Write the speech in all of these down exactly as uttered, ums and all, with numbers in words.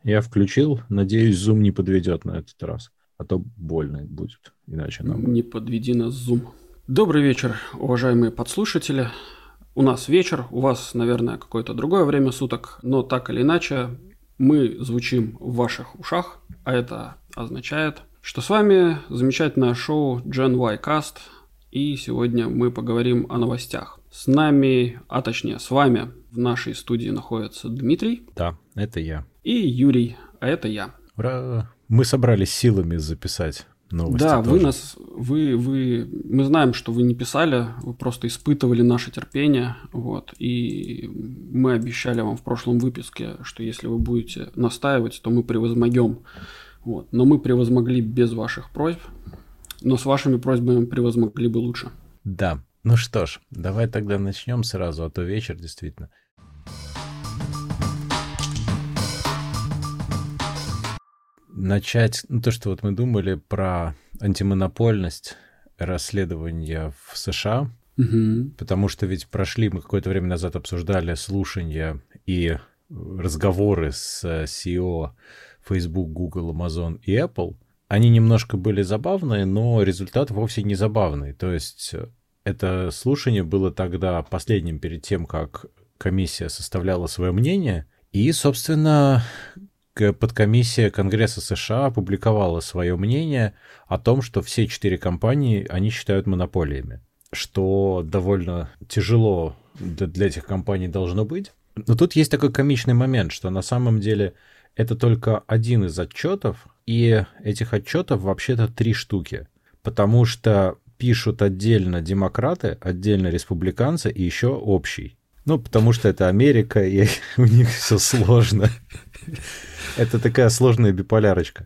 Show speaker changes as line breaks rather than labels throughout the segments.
Я включил. Надеюсь, Zoom не подведет на этот раз. А то больно будет. Иначе нам...
Не подведи нас, Zoom. Добрый вечер, уважаемые подслушатели. У нас вечер, у вас, наверное, какое-то другое время суток, но так или иначе мы звучим в ваших ушах, а это означает, что с вами замечательное шоу Gen Y Cast, и сегодня мы поговорим о новостях. С нами, а точнее с вами в нашей студии находится Дмитрий.
Да, это я.
И Юрий, а это я.
Ура! Мы собрались силами записать новости.
Да,
тоже.
вы нас, вы, вы, мы знаем, что вы не писали, вы просто испытывали наше терпение, вот, и мы обещали вам в прошлом выпуске, что если вы будете настаивать, то мы превозмогем, вот, но мы превозмогли без ваших просьб, но с вашими просьбами превозмогли бы лучше.
Да, ну что ж, давай тогда начнем сразу, а то вечер действительно. Начать, ну то, что вот мы думали про антимонопольность расследования в США,
угу.
потому что ведь прошли, мы какое-то время назад обсуждали слушания и разговоры с си и о Facebook, Google, Amazon и Apple. Они немножко были забавные, но результат вовсе не забавный. То есть это слушание было тогда последним перед тем, как комиссия составляла свое мнение, и, собственно, подкомиссия Конгресса США опубликовала свое мнение о том, что все четыре компании они считают монополиями, что довольно тяжело для этих компаний должно быть. Но тут есть такой комичный момент, что на самом деле это только один из отчетов, и этих отчетов вообще-то три штуки, потому что пишут отдельно демократы, отдельно республиканцы и еще общий. Ну, потому что это Америка, и у них все сложно. Это такая сложная биполярочка.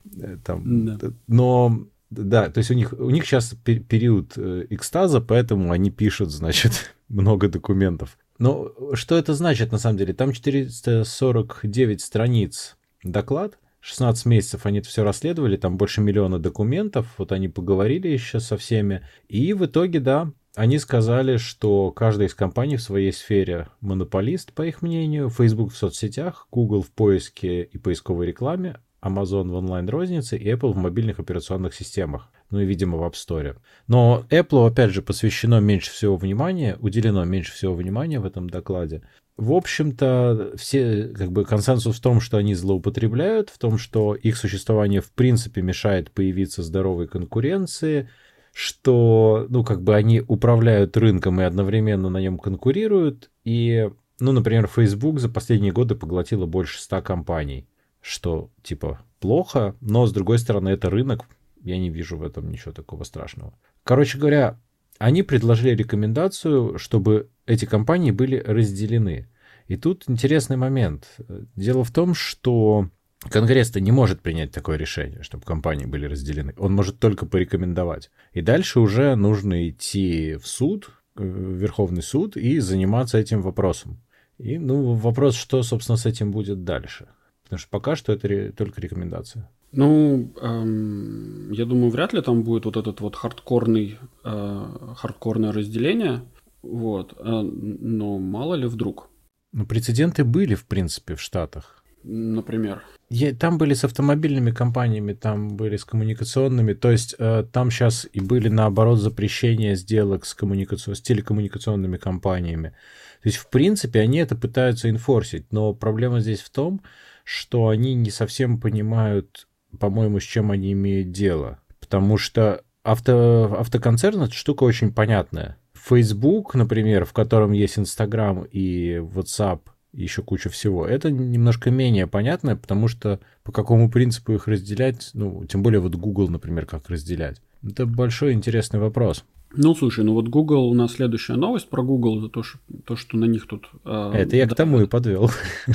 Там, да. Но, да, то есть у них, у них сейчас период экстаза, поэтому они пишут, значит, много документов. Но что это значит на самом деле? Там четыреста сорок девять страниц доклад, шестнадцать месяцев они это все расследовали, там больше миллиона документов, вот они поговорили еще со всеми, и в итоге, да, они сказали, что каждая из компаний в своей сфере монополист, по их мнению. Facebook в соцсетях, Google в поиске и поисковой рекламе, Amazon в онлайн-рознице и Apple в мобильных операционных системах. Ну и, видимо, в App Store. Но Apple, опять же, посвящено меньше всего внимания, уделено меньше всего внимания в этом докладе. В общем-то, все, как бы, консенсус в том, что они злоупотребляют, в том, что их существование в принципе мешает появиться здоровой конкуренции, что, ну, как бы они управляют рынком и одновременно на нем конкурируют. И, ну, например, Facebook за последние годы поглотило больше ста компаний, что, типа, плохо, но, с другой стороны, это рынок, я не вижу в этом ничего такого страшного. Короче говоря, они предложили рекомендацию, чтобы эти компании были разделены. И тут интересный момент. Дело в том, что Конгресс-то не может принять такое решение, чтобы компании были разделены. Он может только порекомендовать. И дальше уже нужно идти в суд, в Верховный суд, и заниматься этим вопросом. И, ну, вопрос, что, собственно, с этим будет дальше. Потому что пока что это ре- только рекомендация.
Ну, эм, я думаю, вряд ли там будет вот этот вот хардкорный, э, хардкорное разделение. Вот. Э, но мало ли вдруг.
Ну, прецеденты были, в принципе, в Штатах.
Например?
Я, там были с автомобильными компаниями, там были с коммуникационными, то есть э, там сейчас и были, наоборот, запрещения сделок с, коммуникацион... с телекоммуникационными компаниями. То есть, в принципе, они это пытаются инфорсить, но проблема здесь в том, что они не совсем понимают, по-моему, с чем они имеют дело. Потому что авто... автоконцерн — это штука очень понятная. Facebook, например, в котором есть Instagram и WhatsApp, еще куча всего. Это немножко менее понятно, потому что по какому принципу их разделять, ну, тем более вот Google, например, как разделять. Это большой интересный вопрос.
Ну, слушай, ну вот Google, у нас следующая новость про Google, за то, что, то, что на них тут... Э,
Это я
да,
к тому и подвел.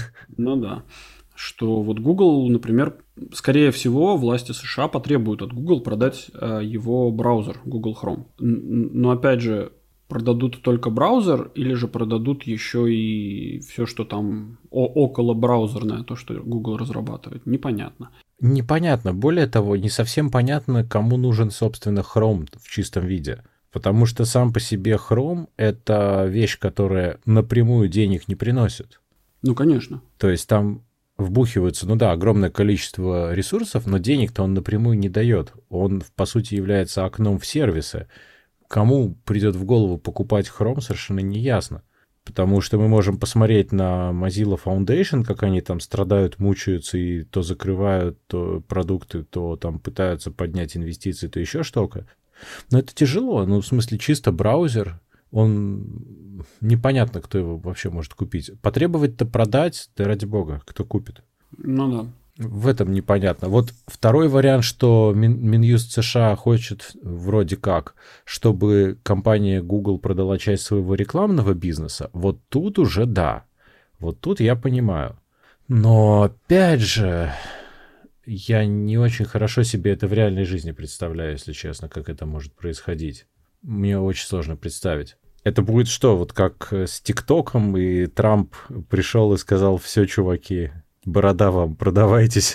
Ну да. Что вот Google, например, скорее всего, власти США потребуют от Google продать э, его браузер Google Chrome. Но опять же, продадут только браузер или же продадут еще и все, что там около браузерное, то, что Google разрабатывает? Непонятно.
Непонятно. Более того, не совсем понятно, кому нужен, собственно, Chrome в чистом виде. Потому что сам по себе Chrome — это вещь, которая напрямую денег не приносит.
Ну, конечно.
То есть там вбухиваются, ну да, огромное количество ресурсов, но денег-то он напрямую не дает. Он, по сути, является окном в сервисы. Кому придет в голову покупать Chrome, совершенно не ясно. Потому что мы можем посмотреть на Mozilla Foundation, как они там страдают, мучаются и то закрывают то продукты, то там пытаются поднять инвестиции, то еще что-то. Но это тяжело. Ну, в смысле, чисто браузер, он непонятно, кто его вообще может купить. Потребовать-то продать, да ради бога, кто купит.
Ну да.
В этом непонятно. Вот второй вариант, что Мин, Минюст США хочет вроде как, чтобы компания Google продала часть своего рекламного бизнеса, вот тут уже да. Вот тут я понимаю. Но опять же, я не очень хорошо себе это в реальной жизни представляю, если честно, как это может происходить. Мне очень сложно представить. Это будет что, вот как с ТикТоком, и Трамп пришел и сказал: все, чуваки, борода вам, продавайтесь.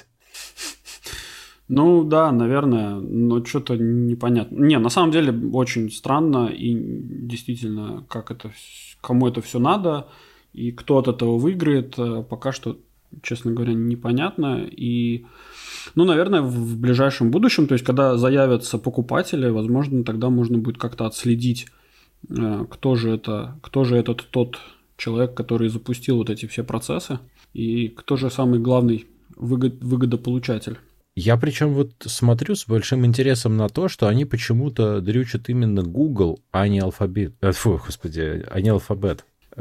Ну да, наверное, но что-то непонятно. Не, на самом деле очень странно, и действительно, как это, кому это все надо, и кто от этого выиграет, пока что, честно говоря, непонятно. И, ну, наверное, в ближайшем будущем, то есть, когда заявятся покупатели, возможно, тогда можно будет как-то отследить, кто же это, кто же этот тот человек, который запустил вот эти все процессы, и кто же самый главный выгод, выгодополучатель.
Я причем вот смотрю с большим интересом на то, что они почему-то дрючат именно Google, а не Alphabet. Фу, господи, а не Alphabet.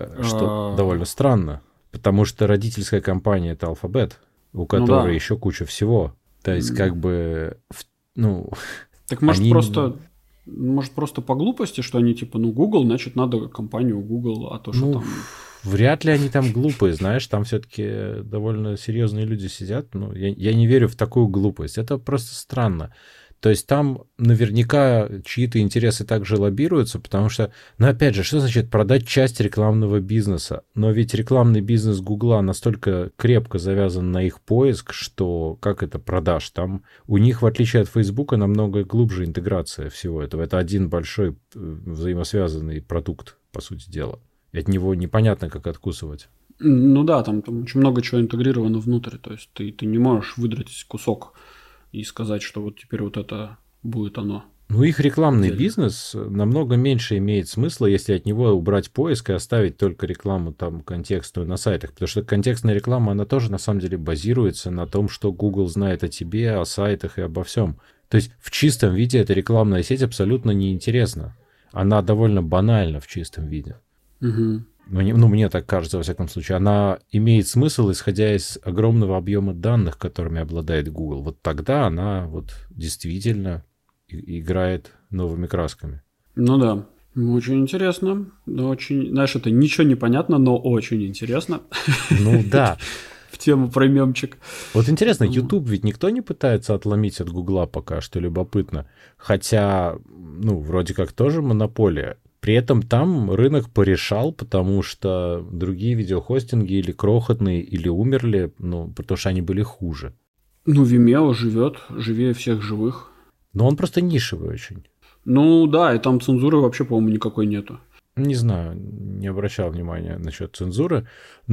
Что
А...
довольно странно, потому что родительская компания — это Alphabet, у которой ну да. еще куча всего. То есть как бы, ну...
Так может они... просто... Может, просто по глупости, что они типа, ну, Google, значит, надо компанию Google, а то, что
ну,
там...
Вряд ли они там глупые, знаешь, там все-таки довольно серьезные люди сидят. Ну, я, я не верю в такую глупость. Это просто странно. То есть там наверняка чьи-то интересы также лоббируются, потому что, ну, опять же, что значит продать часть рекламного бизнеса? Но ведь рекламный бизнес Гугла настолько крепко завязан на их поиск, что как это продаж? Там у них, в отличие от Фейсбука, намного глубже интеграция всего этого. Это один большой взаимосвязанный продукт, по сути дела. И от него непонятно, как откусывать.
Ну да, там, там очень много чего интегрировано внутрь. То есть ты, ты не можешь выдрать кусок и сказать, что вот теперь вот это будет оно.
Ну, их рекламный отдельно. Бизнес намного меньше имеет смысла, если от него убрать поиск и оставить только рекламу там контекстную на сайтах. Потому что контекстная реклама, она тоже на самом деле базируется на том, что Google знает о тебе, о сайтах и обо всем. То есть в чистом виде эта рекламная сеть абсолютно неинтересна. Она довольно банальна в чистом виде.
Угу.
Мне, ну, мне так кажется, во всяком случае. Она имеет смысл, исходя из огромного объема данных, которыми обладает Google. Вот тогда она вот действительно играет новыми красками.
Ну да, очень интересно. Очень, знаешь, это ничего не понятно, но очень интересно.
Ну да.
В тему про мемчик.
Вот интересно, YouTube ведь никто не пытается отломить от Гугла пока что, любопытно. Хотя, ну, вроде как тоже монополия. При этом там рынок порешал, потому что другие видеохостинги или крохотные, или умерли, ну, потому что они были хуже.
Ну, Vimeo живет, живее всех живых.
Но он просто нишевый очень.
Ну да, и там цензуры вообще, по-моему, никакой нету.
Не знаю, не обращал внимания насчет цензуры,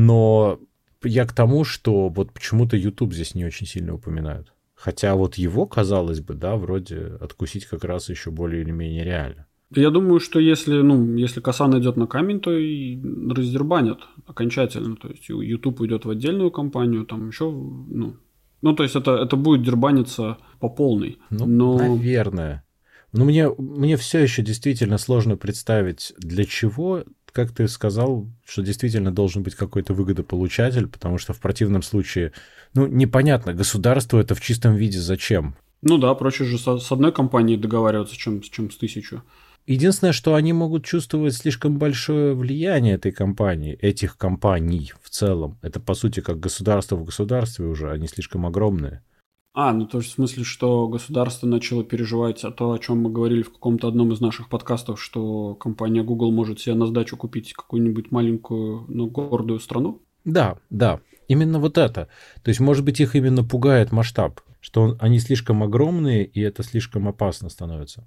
но я к тому, что вот почему-то YouTube здесь не очень сильно упоминают. Хотя вот его, казалось бы, да, вроде откусить как раз еще более или менее реально.
Я думаю, что если, ну, если коса найдет на камень, то и раздербанят окончательно. То есть YouTube уйдет в отдельную компанию, там еще, ну, ну то есть это, это будет дербаниться по полной.
Ну,
но...
наверное. Но мне, мне все еще действительно сложно представить, для чего, как ты сказал, что действительно должен быть какой-то выгодополучатель, потому что в противном случае, ну, непонятно, государству это в чистом виде зачем?
Ну да, проще же с одной компанией договариваться, чем, чем с тысячу.
Единственное, что они могут чувствовать слишком большое влияние этой компании, этих компаний в целом. Это, по сути, как государство в государстве уже, они слишком огромные.
А, ну то есть в смысле, что государство начало переживать о том, о чем мы говорили в каком-то одном из наших подкастов, что компания Google может себе на сдачу купить какую-нибудь маленькую, но гордую страну?
Да, да, именно вот это. То есть, может быть, их именно пугает масштаб, что он, они слишком огромные, и это слишком опасно становится.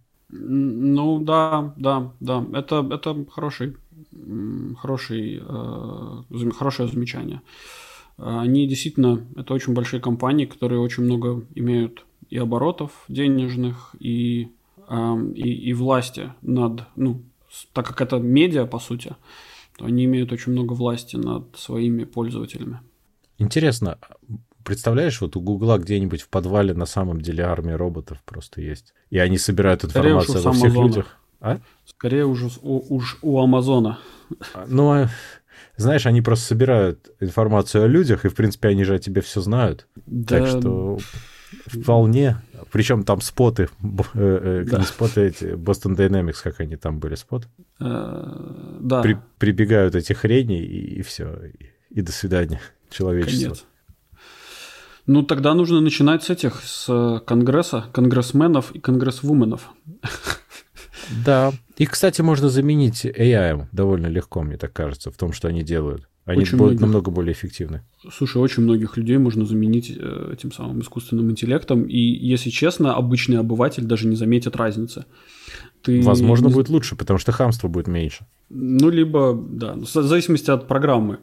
Ну да, да, да. Это, это хороший, хороший, э, хорошее замечание. Они действительно, это очень большие компании, которые очень много имеют и оборотов денежных, и, и, и власти над, ну, так как это медиа, по сути, то они имеют очень много власти над своими пользователями.
Интересно, представляешь, вот у Гугла где-нибудь в подвале на самом деле армия роботов просто есть, и они собирают информацию обо всех людях? А?
Скорее уже у, уж у Амазона.
Ну, знаешь, они просто собирают информацию о людях, и, в принципе, они же о тебе все знают. Да. Так что вполне. Причем там споты, э, да. не споты эти, Boston Dynamics, как они там были, спот.
Э, да.
При, прибегают эти хрени, и, и все. И, и до свидания, человечество.
Конец. Ну, тогда нужно начинать с этих, с конгресса, конгрессменов и конгрессвуменов.
Да. Их, кстати, можно заменить эй ай довольно легко, мне так кажется, в том, что они делают. Они очень будут многих, намного более эффективны.
Слушай, очень многих людей можно заменить этим самым искусственным интеллектом, и, если честно, обычный обыватель даже не заметит разницы. Ты...
Возможно, будет лучше, потому что хамства будет меньше.
Ну, либо, да, в зависимости от программы.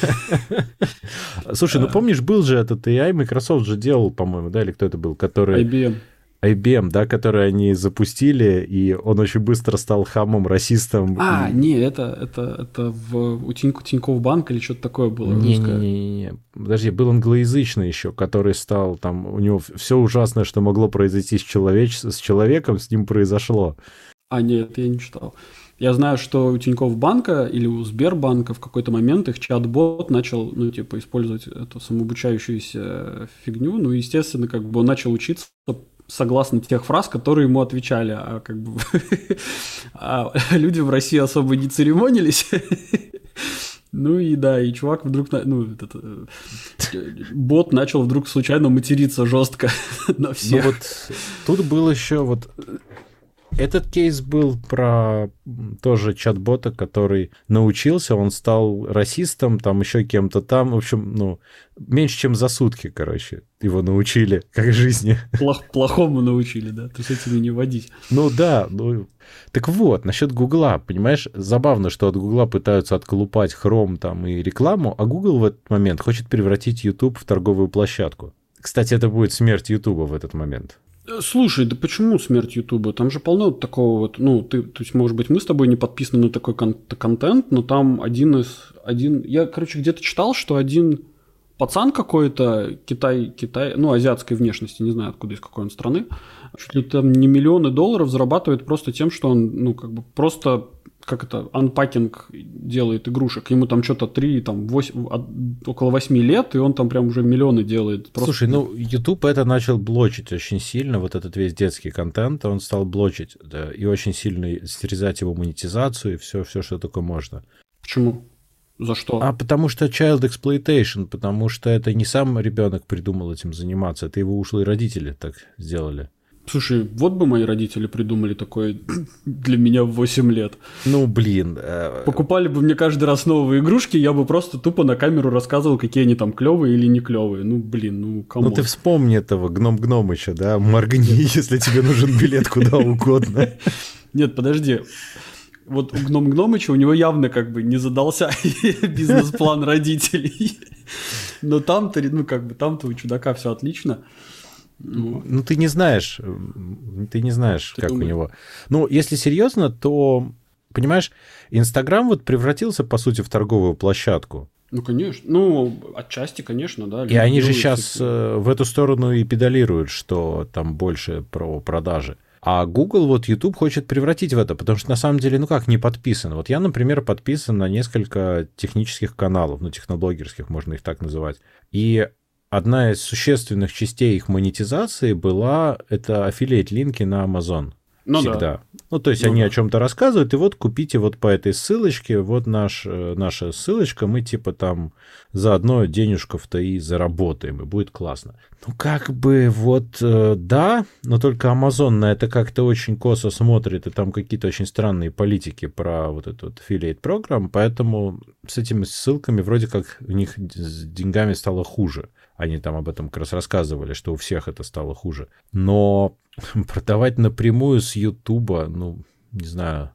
Слушай, ну помнишь, был же этот эй ай, Microsoft же делал, по-моему, да, или кто это был, который...
ай би эм.
ай би эм, да, который они запустили, и он очень быстро стал хамом, расистом.
А,
и...
не, это, это, это в, у Тинько, Тинькофф банк или что-то такое было?
Не-не-не, подожди, был англоязычный еще, который стал там, у него все ужасное, что могло произойти с, человеч... с человеком, с ним произошло.
А, нет, я не читал. Я знаю, что у Тинькофф банка или у Сбербанка в какой-то момент их чат-бот начал, ну, типа, использовать эту самообучающуюся фигню, ну, естественно, как бы он начал учиться согласно тех фраз, которые ему отвечали, а как бы а люди в России особо не церемонились. Ну и да, и чувак вдруг, ну, этот, бот начал вдруг случайно материться жестко на всех.
Ну вот тут был еще вот... Этот кейс был про тоже чат-бота, который научился, он стал расистом, там еще кем-то там, в общем, ну, меньше, чем за сутки, короче, его научили, как жизни.
Плох, плохому научили, да, то есть этими не водить.
Ну да, ну, так вот, насчет Гугла, понимаешь, забавно, что от Гугла пытаются отколупать Chrome там и рекламу, а Google в этот момент хочет превратить YouTube в торговую площадку. Кстати, это будет смерть YouTube в этот момент.
Слушай, да почему смерть Ютуба? Там же полно такого вот, ну, ты, то есть, может быть, мы с тобой не подписаны на такой кон- контент, но там один из, один, я, короче, где-то читал, что один пацан какой-то, Китай, Китай, ну, азиатской внешности, не знаю, откуда, из какой он страны, чуть ли там не миллионы долларов зарабатывает просто тем, что он, ну, как бы просто... как это, анпакинг делает игрушек. Ему там что-то три, там, восемь, около восьми лет, и он там прям уже миллионы делает. Просто...
Слушай, ну, YouTube это начал блочить очень сильно, вот этот весь детский контент, он стал блочить, да, и очень сильно срезать его монетизацию, и все, все, что такое можно.
Почему? За что?
А потому что child exploitation, потому что это не сам ребенок придумал этим заниматься, это его ушлые родители так сделали.
Слушай, вот бы мои родители придумали такое для меня в восемь лет.
Ну, блин.
Покупали бы мне каждый раз новые игрушки, я бы просто тупо на камеру рассказывал, какие они там клевые или не клевые. Ну, блин, ну, камон.
Ну, ты вспомни этого Гном-Гномыча, да? Моргни, если тебе нужен билет куда угодно.
Нет, подожди. Вот у Гном-Гномыча у него явно как бы не задался бизнес-план родителей. Но там-то, ну, как бы, там-то у чудака все отлично.
Ну, ну, ты не знаешь, ты не знаешь, ты как думаешь? У него. Ну, если серьезно, то, понимаешь, Инстаграм вот превратился, по сути, в торговую площадку.
Ну, конечно. Ну, отчасти, конечно, да.
И они же сейчас такие... в эту сторону и педалируют, что там больше про продажи. А Google, вот YouTube хочет превратить в это, потому что на самом деле, ну как, не подписан. Вот я, например, подписан на несколько технических каналов, ну, техноблогерских, можно их так называть. И одна из существенных частей их монетизации была это аффилиейт-линки на Amazon.
Ну
всегда.
Да.
Ну, то есть ну они да. о чем-то рассказывают, и вот купите вот по этой ссылочке, вот наш, наша ссылочка, мы типа там заодно денежков-то и заработаем, и будет классно. Ну, как бы вот, да, но только Amazon на это как-то очень косо смотрит, и там какие-то очень странные политики про вот этот вот affiliate программ, поэтому с этими ссылками вроде как у них с деньгами стало хуже. Они там об этом как раз рассказывали, что у всех это стало хуже. Но продавать напрямую с Ютуба, ну, не знаю,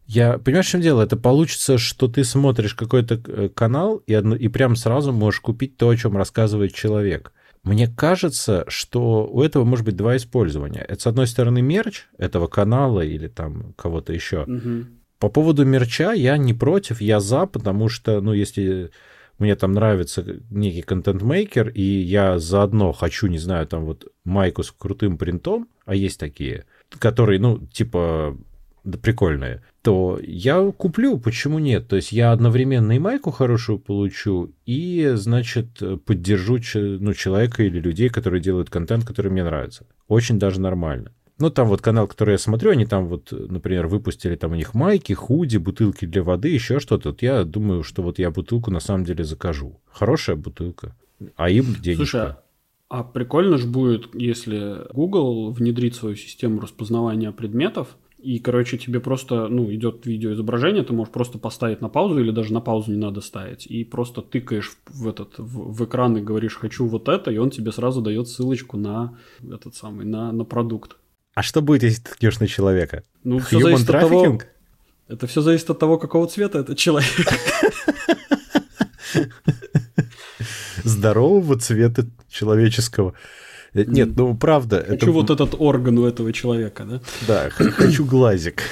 Я, понимаешь, в чем дело? Это получится, что ты смотришь какой-то канал и, одно, и прям сразу можешь купить то, о чем рассказывает человек. Мне кажется, что у этого может быть два использования. Это, с одной стороны, мерч этого канала или там кого-то еще.
Угу.
По поводу мерча я не против, я за, потому что, ну, если мне там нравится некий контент-мейкер, и я заодно хочу, не знаю, там вот майку с крутым принтом, а есть такие, которые, ну, типа, да, прикольные, то я куплю, почему нет? То есть я одновременно и майку хорошую получу, и, значит, поддержу, ну, человека или людей, которые делают контент, который мне нравится. Очень даже нормально. Ну, там вот канал, который я смотрю, они там вот, например, выпустили там у них майки, худи, бутылки для воды, еще что-то. Вот я думаю, что вот я бутылку на самом деле закажу. Хорошая бутылка. А им денежка.
Слушай, а прикольно же будет, если Google внедрит свою систему распознавания предметов, и, короче, тебе просто, ну, идет видеоизображение, ты можешь просто поставить на паузу, или даже на паузу не надо ставить, и просто тыкаешь в этот, в, в экран и говоришь «хочу вот это», и он тебе сразу дает ссылочку на этот самый, на, на продукт.
А что будет, если ты ткнешь на человека?
Ну, все зависит от того, это все зависит от того, какого цвета этот человек.
Здорового цвета человеческого. Нет, ну правда.
Хочу это... вот этот орган у этого человека, да?
Да, хочу глазик.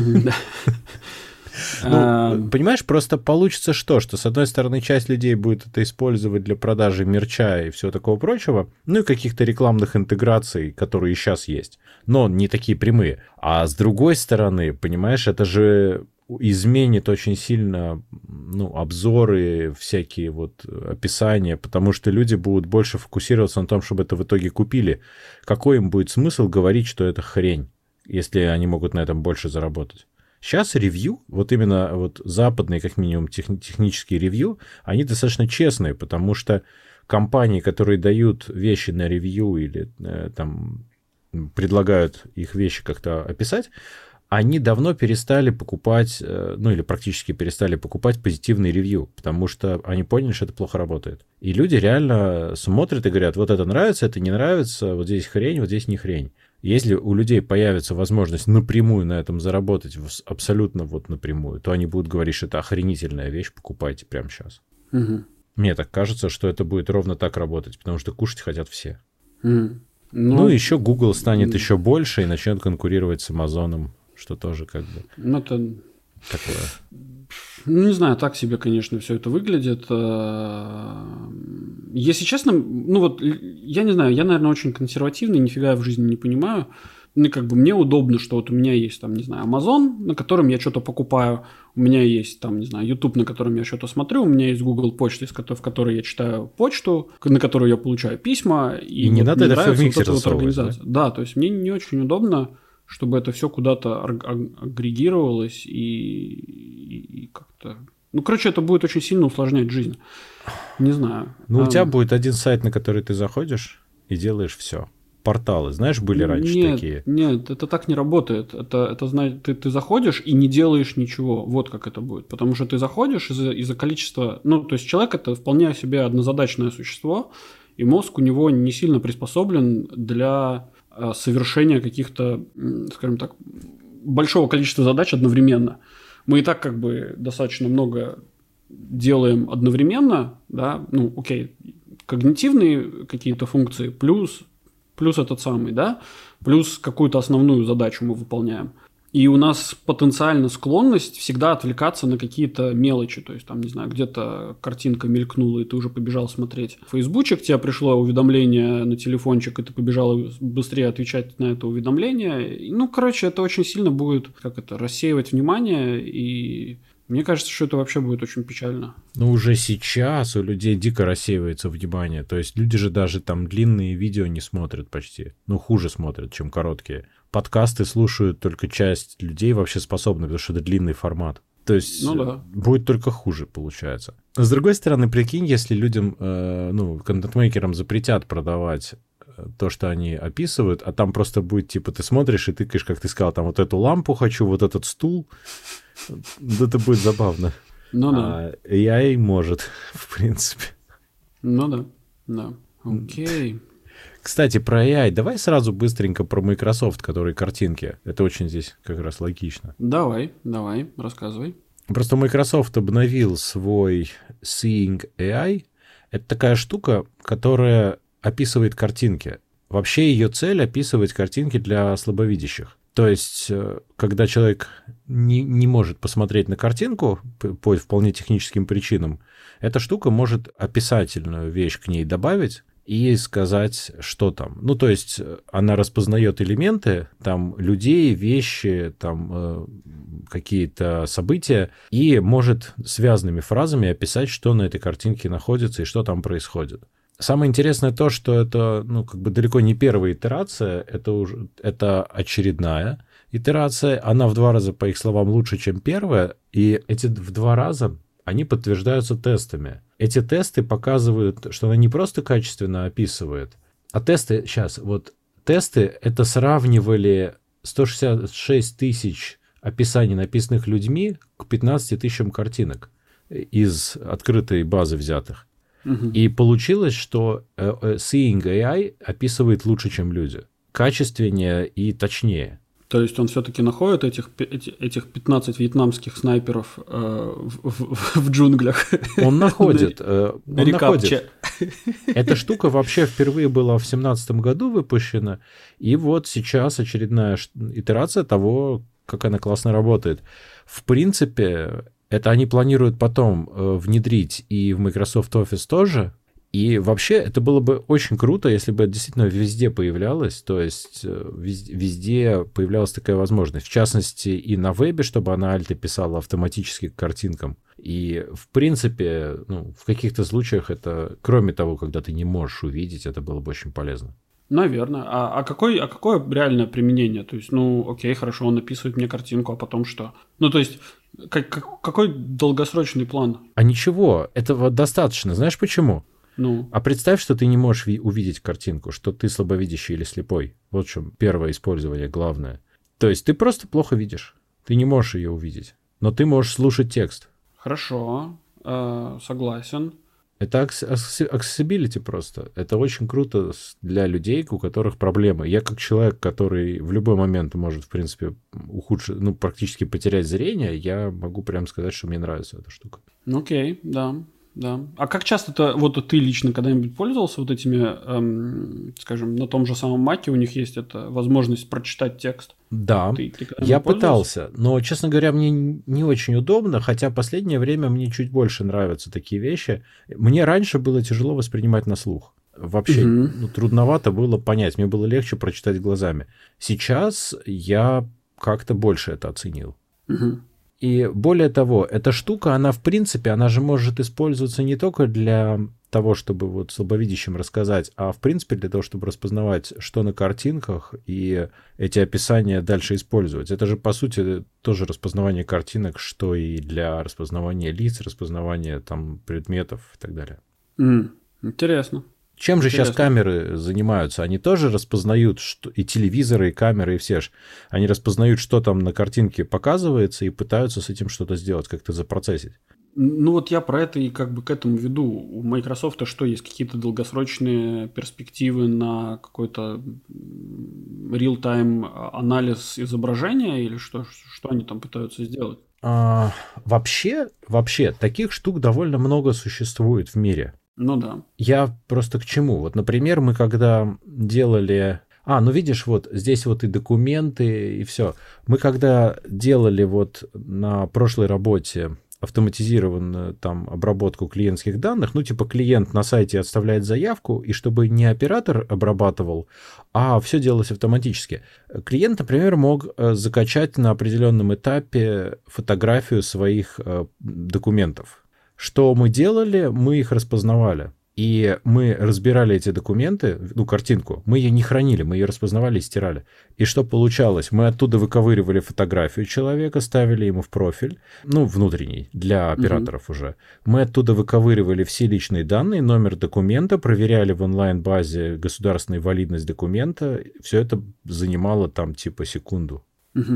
Ну, понимаешь, просто получится что? Что, с одной стороны, часть людей будет это использовать для продажи мерча и всего такого прочего, ну и каких-то рекламных интеграций, которые и сейчас есть, но не такие прямые. А с другой стороны, понимаешь, это же изменит очень сильно, ну, обзоры, всякие вот описания, потому что люди будут больше фокусироваться на том, чтобы это в итоге купили. Какой им будет смысл говорить, что это хрень, если они могут на этом больше заработать? Сейчас ревью, вот именно вот западные, как минимум, тех, технические ревью, они достаточно честные, потому что компании, которые дают вещи на ревью или э, там предлагают их вещи как-то описать, они давно перестали покупать, э, ну или практически перестали покупать позитивные ревью, потому что они поняли, что это плохо работает. И люди реально смотрят и говорят, вот это нравится, это не нравится, вот здесь хрень, вот здесь не хрень. Если у людей появится возможность напрямую на этом заработать, абсолютно вот напрямую, то они будут говорить, что это охренительная вещь, покупайте прямо сейчас.
Угу.
Мне так кажется, что это будет ровно так работать, потому что кушать хотят все.
Угу. Ну,
ну, еще Google станет еще больше и начнет конкурировать с Амазоном, что тоже как бы
ну, это...
такое.
Ну, не знаю, так себе, конечно, все это выглядит. Если честно, ну вот, я не знаю, я, наверное, очень консервативный, нифига я в жизни не понимаю. Ну, как бы мне удобно, что вот у меня есть, там, не знаю, Amazon, на котором я что-то покупаю, у меня есть, там, не знаю, YouTube, на котором я что-то смотрю, у меня есть Google почта, в которой я читаю почту, на которую я получаю письма. И,
и
вот
не надо это все в
миксер
вот
организация. Да? да, то есть мне не очень удобно, чтобы это все куда-то агрегировалось и, и, и как-то... Ну, короче, это будет очень сильно усложнять жизнь. Не знаю.
Ну,
а...
у тебя будет один сайт, на который ты заходишь и делаешь все. Порталы, знаешь, были раньше
нет,
такие?
Нет, это так не работает. Это, это знаешь, ты, ты заходишь и не делаешь ничего. Вот как это будет. Потому что ты заходишь из-за, из-за количества... Ну, то есть человек – это вполне себе однозадачное существо, и мозг у него не сильно приспособлен для совершения каких-то, скажем так, большого количества задач одновременно. Мы и так как бы достаточно много делаем одновременно, да, ну, окей, когнитивные какие-то функции, плюс, плюс этот самый, да, плюс какую-то основную задачу мы выполняем. И у нас потенциально склонность всегда отвлекаться на какие-то мелочи. То есть, там, не знаю, где-то картинка мелькнула, и ты уже побежал смотреть фейсбучик, тебе пришло уведомление на телефончик, и ты побежал быстрее отвечать на это уведомление. Ну, короче, это очень сильно будет, как это, рассеивать внимание, и мне кажется, что это вообще будет очень печально.
Ну, уже сейчас у людей дико рассеивается внимание. То есть люди же даже там длинные видео не смотрят почти. Ну, хуже смотрят, чем короткие. Подкасты слушают только часть людей вообще способны, потому что это длинный формат. То есть
ну, да.
будет только хуже, получается. С другой стороны, прикинь, если людям, э, ну, контент-мейкерам запретят продавать то, что они описывают, а там просто будет, типа, ты смотришь и тыкаешь, как ты сказал, там вот эту лампу хочу, вот этот стул. Это будет забавно.
Ну да.
А эй ай может, в принципе.
Ну да, да. Окей.
Кстати, про эй ай. Давай сразу быстренько про Microsoft, которые картинки. Это очень здесь как раз логично.
Давай, давай, рассказывай.
Просто Microsoft обновил свой Seeing эй ай. Это такая штука, которая описывает картинки. Вообще ее цель — описывать картинки для слабовидящих. То есть, когда человек не, не может посмотреть на картинку по вполне техническим причинам, эта штука может описательную вещь к ней добавить и сказать, что там. Ну, то есть, она распознает элементы, там, людей, вещи, там, э, какие-то события, и может связанными фразами описать, что на этой картинке находится и что там происходит. Самое интересное то, что это, ну, как бы далеко не первая итерация, это уже это очередная итерация. Она в два раза, по их словам, лучше, чем первая, и эти в два раза они подтверждаются тестами. Эти тесты показывают, что она не просто качественно описывает, а тесты, сейчас, вот тесты это сравнивали сто шестьдесят шесть тысяч описаний, написанных людьми, к пятнадцати тысячам картинок из открытой базы взятых. Uh-huh. И получилось, что Seeing эй ай описывает лучше, чем люди. Качественнее и точнее.
То есть он все-таки находит этих, этих пятнадцать вьетнамских снайперов э, в, в, в джунглях?
Он находит. Э, он находит. Эта штука вообще впервые была в две тысячи семнадцатом году выпущена. И вот сейчас очередная итерация того, как она классно работает. В принципе, это они планируют потом э, внедрить и в Microsoft Office тоже. И вообще это было бы очень круто, если бы это действительно везде появлялось, то есть везде, везде появлялась такая возможность. В частности, и на вебе, чтобы она альты писала автоматически к картинкам. И, в принципе, ну, в каких-то случаях это, кроме того, когда ты не можешь увидеть, это было бы очень полезно.
Наверное. А, а, какой, а какое реальное применение? То есть, ну, окей, хорошо, он написывает мне картинку, а потом что? Ну, то есть, как, как, какой долгосрочный план?
А ничего, этого достаточно. Знаешь почему?
Ну.
А представь, что ты не можешь ви- увидеть картинку, что ты слабовидящий или слепой. Вот в чем первое использование, главное. То есть ты просто плохо видишь. Ты не можешь ее увидеть. Но ты можешь слушать текст.
Хорошо, э, согласен.
Это accessibility просто. Это очень круто для людей, у которых проблемы. Я как человек, который в любой момент может, в принципе, ухудшить, ну, практически потерять зрение, я могу прям сказать, что мне нравится эта штука.
Окей, да. Да. А как часто-то вот ты лично когда-нибудь пользовался вот этими, эм, скажем, на том же самом Маке у них есть эта возможность прочитать текст?
Да, ты, ты я пытался, но, честно говоря, мне не очень удобно, хотя в последнее время мне чуть больше нравятся такие вещи. Мне раньше было тяжело воспринимать на слух. Вообще угу. ну, трудновато было понять, мне было легче прочитать глазами. Сейчас я как-то больше это оценил.
Угу.
И более того, эта штука, она в принципе, она же может использоваться не только для того, чтобы вот слабовидящим рассказать, а в принципе для того, чтобы распознавать, что на картинках, и эти описания дальше использовать. Это же, по сути, тоже распознавание картинок, что и для распознавания лиц, распознавания там предметов и так далее.
Mm, интересно.
Чем же
Интересно.
сейчас камеры занимаются? Они тоже распознают, что и телевизоры, и камеры, и все ж. Они распознают, что там на картинке показывается, и пытаются с этим что-то сделать, как-то запроцессить.
Ну вот я про это и как бы к этому веду. У Microsoft что, есть какие-то долгосрочные перспективы на какой-то real-time анализ изображения, или что, что они там пытаются сделать?
А, вообще, вообще, таких штук довольно много существует в мире.
Ну да.
Я просто к чему? Вот, например, мы когда делали... А, ну видишь, вот здесь вот и документы, и все. Мы когда делали вот на прошлой работе автоматизированную там обработку клиентских данных, ну типа клиент на сайте отставляет заявку, и чтобы не оператор обрабатывал, а все делалось автоматически. Клиент, например, мог закачать на определенном этапе фотографию своих документов. Что мы делали? Мы их распознавали. И мы разбирали эти документы, ну, картинку, мы ее не хранили, мы ее распознавали и стирали. И что получалось? Мы оттуда выковыривали фотографию человека, ставили ему в профиль, ну, внутренний, для операторов uh-huh. уже. Мы оттуда выковыривали все личные данные, номер документа, проверяли в онлайн-базе государственную валидность документа. Все это занимало там типа секунду.
Uh-huh.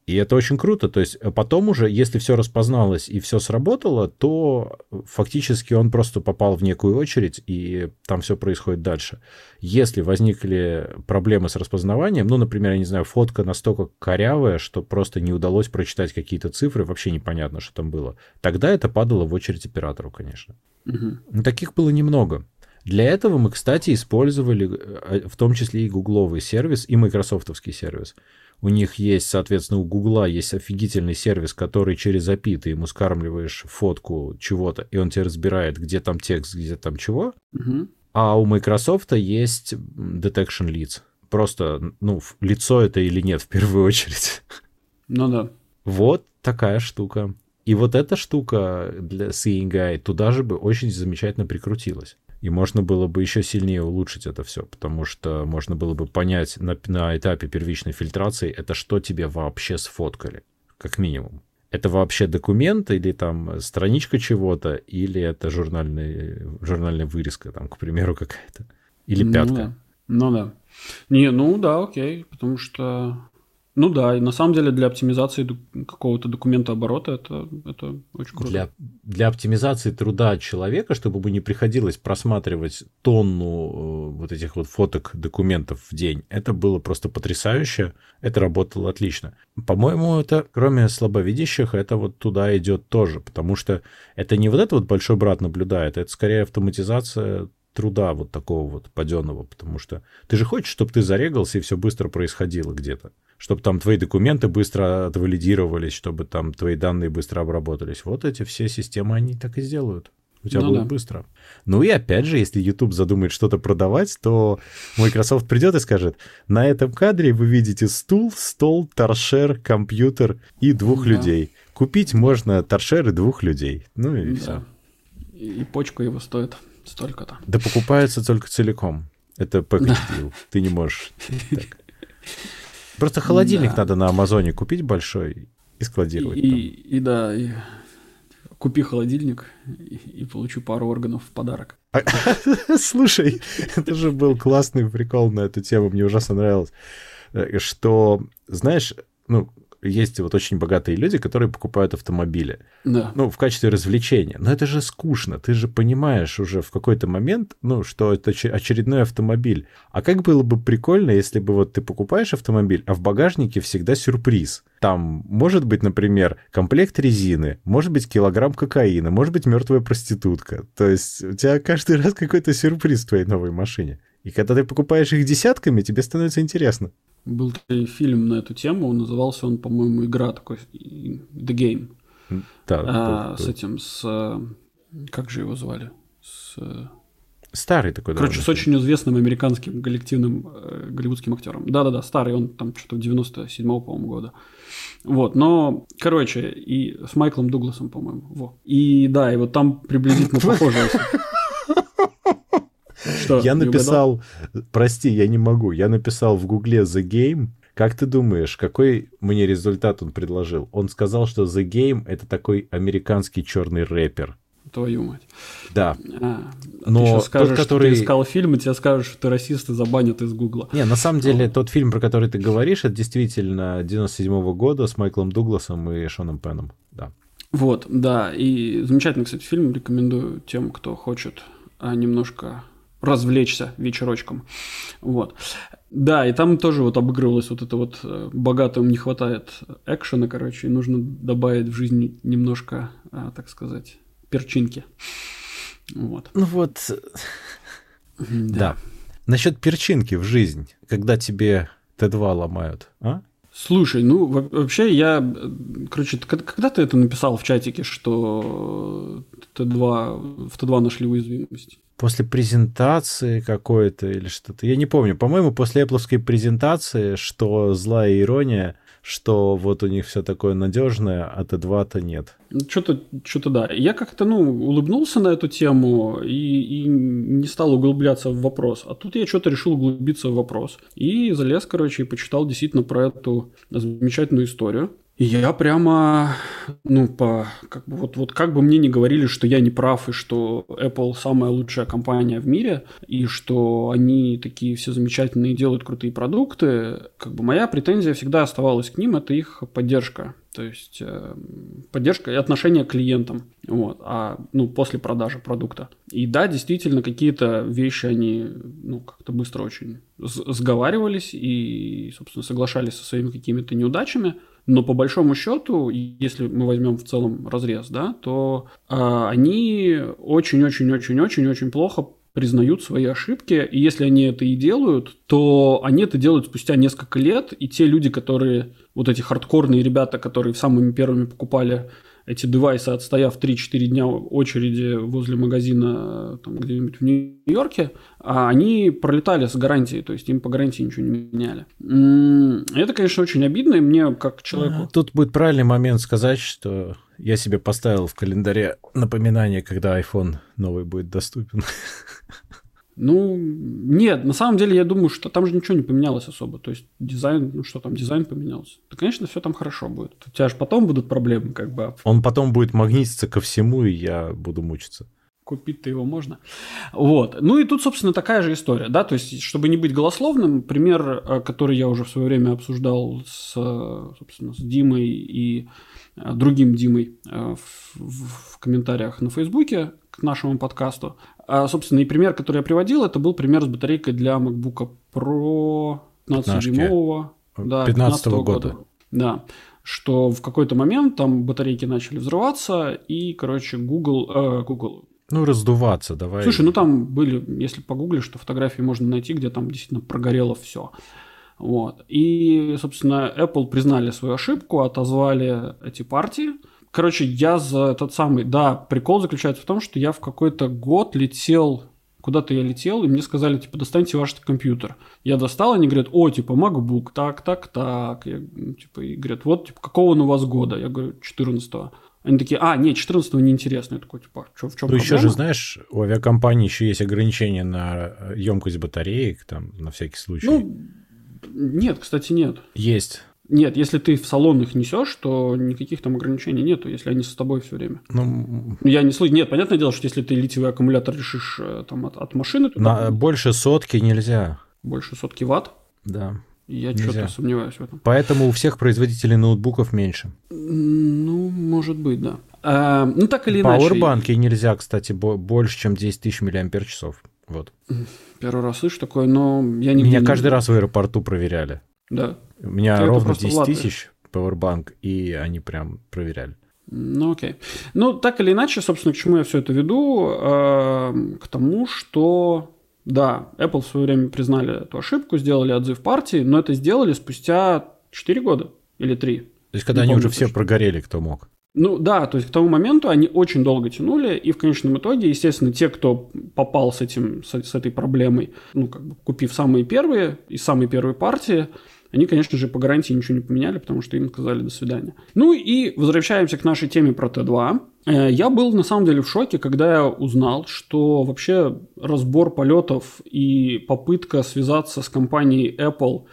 И это очень круто. То есть потом уже, если все распозналось и все сработало, то фактически он просто попал в некую очередь, и там все происходит дальше. Если возникли проблемы с распознаванием, ну, например, я не знаю, фотка настолько корявая, что просто не удалось прочитать какие-то цифры, вообще непонятно, что там было, тогда это падало в очередь оператору, конечно. Угу. Но таких было немного. Для этого мы, кстати, использовали в том числе и гугловый сервис, и майкрософтовский сервис. У них есть, соответственно, у Гугла есть офигительный сервис, который через эй пи ай ты ему скармливаешь фотку чего-то, и он тебе разбирает, где там текст, где там чего. Угу. А у Microsoft есть detection лиц. Просто, ну, лицо это или нет в первую очередь.
Ну да.
Вот такая штука. И вот эта штука для Seeing Eye туда же бы очень замечательно прикрутилась. И можно было бы еще сильнее улучшить это все, потому что можно было бы понять на, на этапе первичной фильтрации, это что тебе вообще сфоткали, как минимум. Это вообще документ или там страничка чего-то, или это журнальный, журнальная вырезка, там, к примеру, какая-то. Или пятка.
Ну да. Ну да. Не, ну да, окей, потому что... Ну да, и на самом деле для оптимизации какого-то документа оборота это, это очень круто.
Для, для оптимизации труда человека, чтобы ему не приходилось просматривать тонну вот этих вот фоток документов в день, это было просто потрясающе, это работало отлично. По-моему, это, кроме слабовидящих, это вот туда идет тоже, потому что это не вот это вот большой брат наблюдает, это скорее автоматизация труда вот такого вот паденного, потому что ты же хочешь, чтобы ты зарегался и все быстро происходило где-то. Чтобы там твои документы быстро отвалидировались, чтобы там твои данные быстро обработались. Вот эти все системы, они так и сделают. У тебя ну будет да. быстро. Ну и опять же, если YouTube задумает что-то продавать, то Microsoft придет и скажет, на этом кадре вы видите стул, стол, торшер, компьютер и двух да. людей. Купить можно торшер и двух людей. Ну и да. все.
И почка его стоит столько-то.
Да покупается только целиком. Это package да. deal. Ты не можешь так. Просто холодильник да. надо на Амазоне купить большой и складировать.
И, и, и да, и купи холодильник и, и получу пару органов в подарок.
А, слушай, это же был классный прикол на эту тему, мне ужасно нравилось, что, знаешь, ну, есть вот очень богатые люди, которые покупают автомобили.
Да.
Ну, в качестве развлечения. Но это же скучно. Ты же понимаешь уже в какой-то момент, ну, что это очередной автомобиль. А как было бы прикольно, если бы вот ты покупаешь автомобиль, а в багажнике всегда сюрприз. Там может быть, например, комплект резины, может быть, килограмм кокаина, может быть, мертвая проститутка. То есть у тебя каждый раз какой-то сюрприз в твоей новой машине. И когда ты покупаешь их десятками, тебе становится интересно.
Был фильм на эту тему, назывался он, по-моему, «Игра» такой, «The Game».
Да,
а,
был,
с
был.
этим, с... Как же его звали? С...
Старый такой.
Короче, с очень известным американским коллективным э, голливудским актером. Да-да-да, старый, он там что-то девяносто седьмого, по-моему, года. Вот, но, короче, и с Майклом Дугласом, по-моему. Во. И да, и вот там приблизительно похоже.
Что, я написал, прости, я не могу, я написал в Гугле The Game. Как ты думаешь, какой мне результат он предложил? Он сказал, что The Game — это такой американский черный рэпер.
Твою мать.
Да.
А,
но
ты сейчас скажешь,
тот, который...
что ты искал фильм, и тебе скажут, что ты расист, и забанят из Гугла.
Не, на самом деле, тот фильм, про который ты говоришь, это действительно девяносто седьмого года с Майклом Дугласом и Шоном Пеном. Да.
Вот, да. И замечательный, кстати, фильм. Рекомендую тем, кто хочет немножко развлечься вечерочком. Вот. Да, и там тоже вот обыгрывалось вот это вот богатым не хватает экшена, короче, и нужно добавить в жизнь немножко, так сказать, перчинки. Вот.
Ну вот, да. да. Насчет перчинки в жизнь, когда тебе Т два ломают, а?
Слушай, ну вообще я, короче, когда ты это написал в чатике, что Т два, в Т два нашли уязвимость?
После презентации какой-то или что-то. Я не помню. По-моему, после Apple-овской презентации, что злая ирония, что вот у них все такое надежное, а Т два-то нет.
Что-то, что-то да. Я как-то, ну, улыбнулся на эту тему и, и не стал углубляться в вопрос. А тут я что-то решил углубиться в вопрос. И залез, короче, и почитал действительно про эту замечательную историю. И я прямо, ну, по, как бы, вот, вот как бы мне ни говорили, что я не прав, и что Apple самая лучшая компания в мире, и что они такие все замечательные, делают крутые продукты, как бы моя претензия всегда оставалась к ним, это их поддержка. То есть э, поддержка и отношение к клиентам, вот, а, ну, после продажи продукта. И да, действительно, какие-то вещи они, ну, как-то быстро очень сговаривались и, собственно, соглашались со своими какими-то неудачами. Но по большому счету, если мы возьмем в целом разрез, да, то э, они очень-очень-очень-очень-очень плохо признают свои ошибки, и если они это и делают, то они это делают спустя несколько лет, и те люди, которые, вот эти хардкорные ребята, которые самыми первыми покупали эти девайсы, отстояв три-четыре дня в очереди возле магазина там, где-нибудь в Нью-Йорке, они пролетали с гарантией, то есть им по гарантии ничего не меняли. Это, конечно, очень обидно, и мне как человеку...
Тут будет правильный момент сказать, что я себе поставил в календаре напоминание, когда iPhone новый будет доступен.
Ну, нет, на самом деле я думаю, что там же ничего не поменялось особо. То есть дизайн, ну что там, дизайн поменялся. Да, конечно, все там хорошо будет. У тебя же потом будут проблемы, как бы.
Он потом будет магнититься ко всему, и я буду мучиться.
Купить-то его можно. Вот. Ну и тут, собственно, такая же история, да, то есть, чтобы не быть голословным, пример, который я уже в свое время обсуждал с, собственно, с Димой и другим Димой в, в комментариях на Фейсбуке к нашему подкасту. А, собственно, и пример, который я приводил, это был пример с батарейкой для MacBook Pro пятнадцатидюймового да, пятнадцатого года. Да, что в какой-то момент там батарейки начали взрываться, и, короче, Google... Э, Google
Ну, раздуваться, давай.
Слушай, ну там были, если погуглишь, что фотографии можно найти, где там действительно прогорело все. Вот. И, собственно, Apple признали свою ошибку, отозвали эти партии. Короче, я за этот самый... Да, прикол заключается в том, что я в какой-то год летел... Куда-то я летел, и мне сказали, типа, достаньте ваш компьютер. Я достал, они говорят, о, типа, MacBook, так, так, так. Я, типа, и говорят, вот, типа, какого он у вас года? Я говорю, четырнадцатого. Они такие, а, нет, четырнадцатого неинтересно. Я такой, типа, что, в чем
ну,
проблема?
еще же, знаешь, у авиакомпании еще есть ограничения на емкость батареек, там, на всякий случай.
Ну, нет, кстати, нет.
Есть.
Нет, если ты в салон их несешь, то никаких там ограничений нету, если они с тобой все время.
Ну,
я не слышу. Нет, понятное дело, что если ты литиевый аккумулятор решишь там, от, от машины... То
на
там...
больше сотки нельзя.
Больше сотки ватт?
Да.
Я
нельзя.
что-то сомневаюсь в этом.
Поэтому у всех производителей ноутбуков меньше.
Ну, может быть, да. А, ну, так или иначе...
Пауэрбанки нельзя, кстати, больше, чем десять тысяч миллиампер-часов. Вот.
Первый раз слышу такое, но я не...
Меня каждый раз в аэропорту проверяли.
Да.
У меня
Ты
ровно десять тысяч Powerbank, и они прям проверяли.
Ну, окей. Ну, так или иначе, собственно, к чему я все это веду? Э, к тому, что, да, Apple в свое время признали эту ошибку, сделали отзыв партии, но это сделали спустя четыре года или три.
То есть, когда
Не
они
помню
уже все
точно.
Прогорели, кто мог.
Ну, да, то есть, к тому моменту они очень долго тянули, и в конечном итоге, естественно, те, кто попал с, этим, с, с этой проблемой, ну, как бы, купив самые первые, из самой первой партии, они, конечно же, по гарантии ничего не поменяли, потому что им сказали «до свидания». Ну и возвращаемся к нашей теме про Т два. Я был, на самом деле, в шоке, когда я узнал, что вообще разбор полетов и попытка связаться с компанией Apple,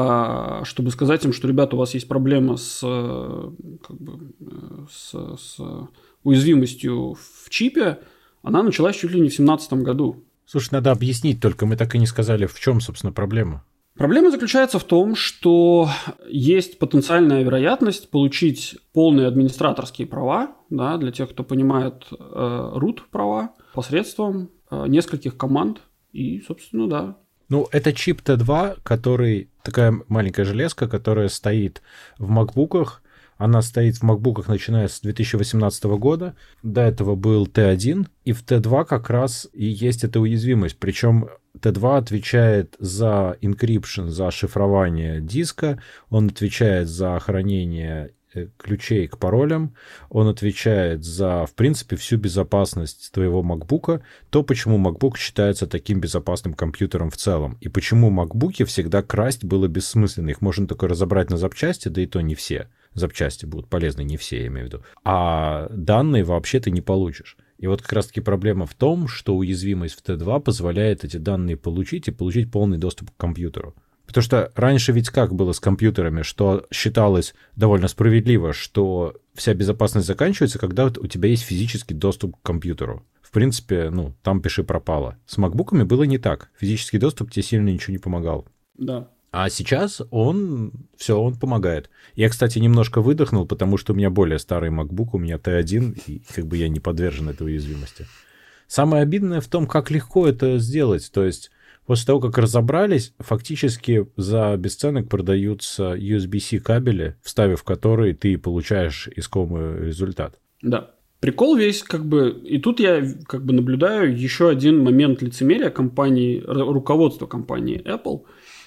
чтобы сказать им, что, ребята, у вас есть проблема с, как бы, с, с уязвимостью в чипе, она началась чуть ли не в две тысячи семнадцатом году.
Слушай, надо объяснить только, мы так и не сказали, в чем, собственно, проблема.
Проблема заключается в том, что есть потенциальная вероятность получить полные администраторские права, да, для тех, кто понимает э, root права, посредством э, нескольких команд. И, собственно, да.
Ну, это чип Т два, который, такая маленькая железка, которая стоит в макбуках. Она стоит в макбуках, начиная с две тысячи восемнадцатого года. До этого был Т один, и в Т два как раз и есть эта уязвимость. Причем Т два отвечает за encryption, за шифрование диска, он отвечает за хранение ключей к паролям, он отвечает за, в принципе, всю безопасность твоего макбука, то, почему MacBook считается таким безопасным компьютером в целом, и почему макбуки всегда красть было бессмысленно. Их можно только разобрать на запчасти, да и то не все. Запчасти будут полезны, не все, я имею в виду. А данные вообще ты не получишь. И вот как раз-таки проблема в том, что уязвимость в Т два позволяет эти данные получить и получить полный доступ к компьютеру. Потому что раньше ведь как было с компьютерами, что считалось довольно справедливо, что вся безопасность заканчивается, когда у тебя есть физический доступ к компьютеру. В принципе, ну, там пиши пропало. С макбуками было не так. Физический доступ тебе сильно ничего не помогал.
Да.
А сейчас он, все, он помогает. Я, кстати, немножко выдохнул, потому что у меня более старый MacBook, у меня ти один, и как бы я не подвержен этой уязвимости. Самое обидное в том, как легко это сделать. То есть после того, как разобрались, фактически за бесценок продаются ю эс би-C кабели, вставив которые ты получаешь искомый результат.
Да. Прикол весь, как бы, и тут я как бы наблюдаю еще один момент лицемерия компании, руководства компании Apple,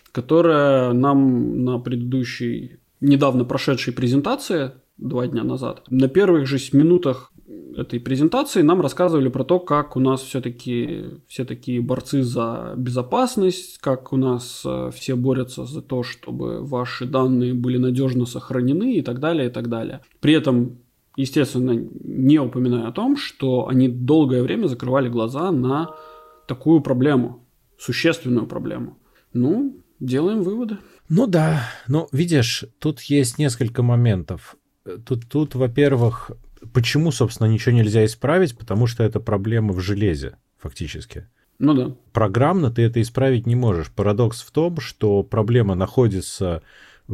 которая нам на предыдущей, недавно прошедшей презентации, два дня назад, на первых же минутах этой презентации нам рассказывали про то, как у нас все-таки все такие борцы за безопасность, как у нас все борются за то, чтобы ваши данные были надежно сохранены и так далее, и так далее. При этом, естественно, не упоминая о том, что они долгое время закрывали глаза на такую проблему, существенную проблему. Ну, делаем выводы.
Ну да, но видишь, тут есть несколько моментов. Тут, тут, во-первых, почему, собственно, ничего нельзя исправить? Потому что это проблема в железе, фактически.
Ну да.
Программно ты это исправить не можешь. Парадокс в том, что проблема находится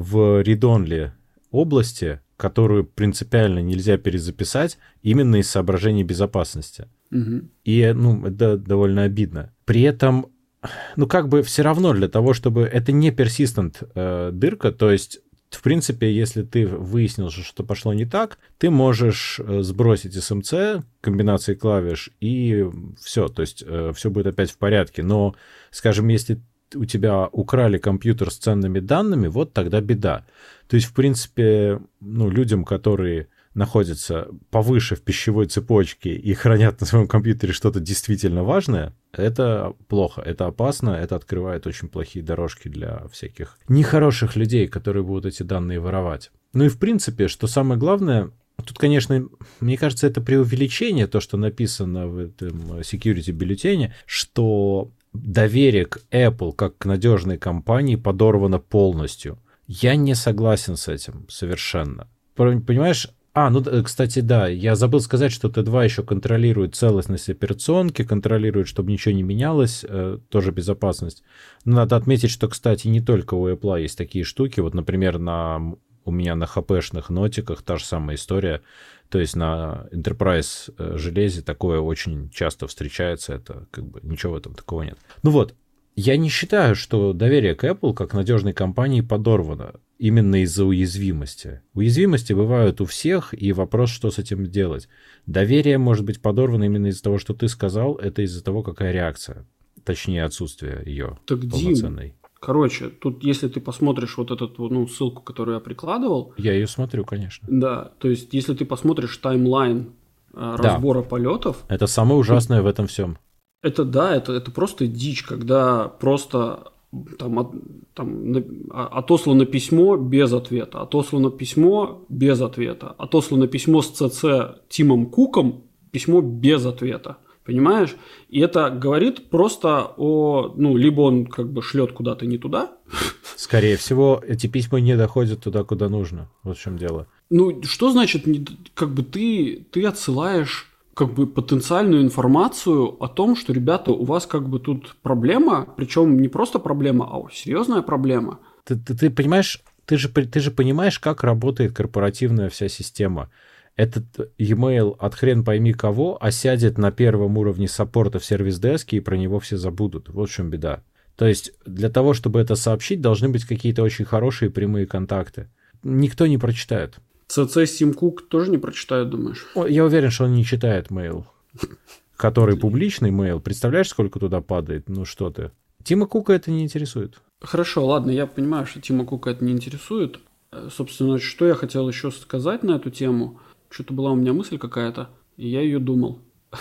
в read-only области, которую принципиально нельзя перезаписать именно из соображений безопасности.
Угу.
И, ну, это довольно обидно. При этом, ну, как бы все равно для того, чтобы... Это не persistent э, дырка, то есть, в принципе, если ты выяснил, что что-то пошло не так, ты можешь сбросить эс эм си, комбинации клавиш, и все, то есть э, все будет опять в порядке. Но, скажем, если у тебя украли компьютер с ценными данными, вот тогда беда. То есть, в принципе, ну, людям, которые находятся повыше в пищевой цепочке и хранят на своем компьютере что-то действительно важное, это плохо, это опасно, это открывает очень плохие дорожки для всяких нехороших людей, которые будут эти данные воровать. Ну и в принципе, что самое главное, тут, конечно, мне кажется, это преувеличение, то, что написано в этом security-бюллетене, что доверие к Apple как к надежной компании подорвано полностью. Я не согласен с этим совершенно. Понимаешь? А, ну, кстати, да, я забыл сказать, что ти два еще контролирует целостность операционки, контролирует, чтобы ничего не менялось, э, тоже безопасность. Но надо отметить, что, кстати, не только у Apple есть такие штуки. Вот, например, на, у меня на эйч пи-шных нотиках та же самая история. То есть на Enterprise железе такое очень часто встречается. Это как бы ничего в этом такого нет. Ну вот, я не считаю, что доверие к Apple как надежной компании подорвано именно из-за уязвимости. Уязвимости бывают у всех, и вопрос, что с этим делать. Доверие может быть подорвано именно из-за того, что ты сказал, это из-за того, какая реакция. Точнее, отсутствие ее
так,
полноценной.
Дим, короче, тут если ты посмотришь вот эту ну, ссылку, которую я прикладывал...
Я ее смотрю, конечно.
Да, то есть если ты посмотришь таймлайн э, разбора да. полетов...
Это самое ужасное в этом всем.
Это да, это, это просто дичь, когда просто там, от, там отослано письмо без ответа, отослано письмо без ответа, отослано письмо с ЦЦ Тимом Куком, письмо без ответа. Понимаешь? И это говорит просто о... Ну, либо он как бы шлет куда-то не туда.
Скорее всего, эти письма не доходят туда, куда нужно. Вот в чем дело.
Ну, что значит, как бы ты, ты отсылаешь... как бы потенциальную информацию о том, что, ребята, у вас как бы тут проблема, причем не просто проблема, а серьезная проблема.
Ты, ты, ты понимаешь, ты же, ты же понимаешь, как работает корпоративная вся система. Этот e-mail от хрен пойми кого осядет на первом уровне саппорта в сервис-деске, и про него все забудут. Вот в чем беда. То есть для того, чтобы это сообщить, должны быть какие-то очень хорошие прямые контакты. Никто не прочитает.
ЦЦ Тим Кук тоже не прочитает, думаешь?
Я уверен, что он не читает мейл, который публичный мейл. Представляешь, сколько туда падает? Ну что ты. Тима Кука это не интересует.
Хорошо, ладно, я понимаю, что Тима Кука это не интересует. Собственно, что я хотел еще сказать на эту тему? Что-то была у меня мысль какая-то, и я ее думал.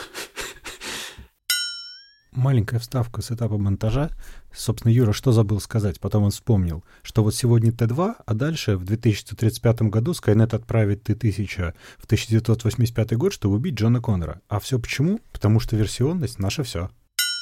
Маленькая вставка с этапа монтажа. Собственно, Юра что забыл сказать? Потом он вспомнил, что вот сегодня Т два, а дальше в две тысячи тридцать пятом году Skynet отправит Т тысяча в тысяча девятьсот восемьдесят пятый год, чтобы убить Джона Коннора. А все почему? Потому что версионность — наше все.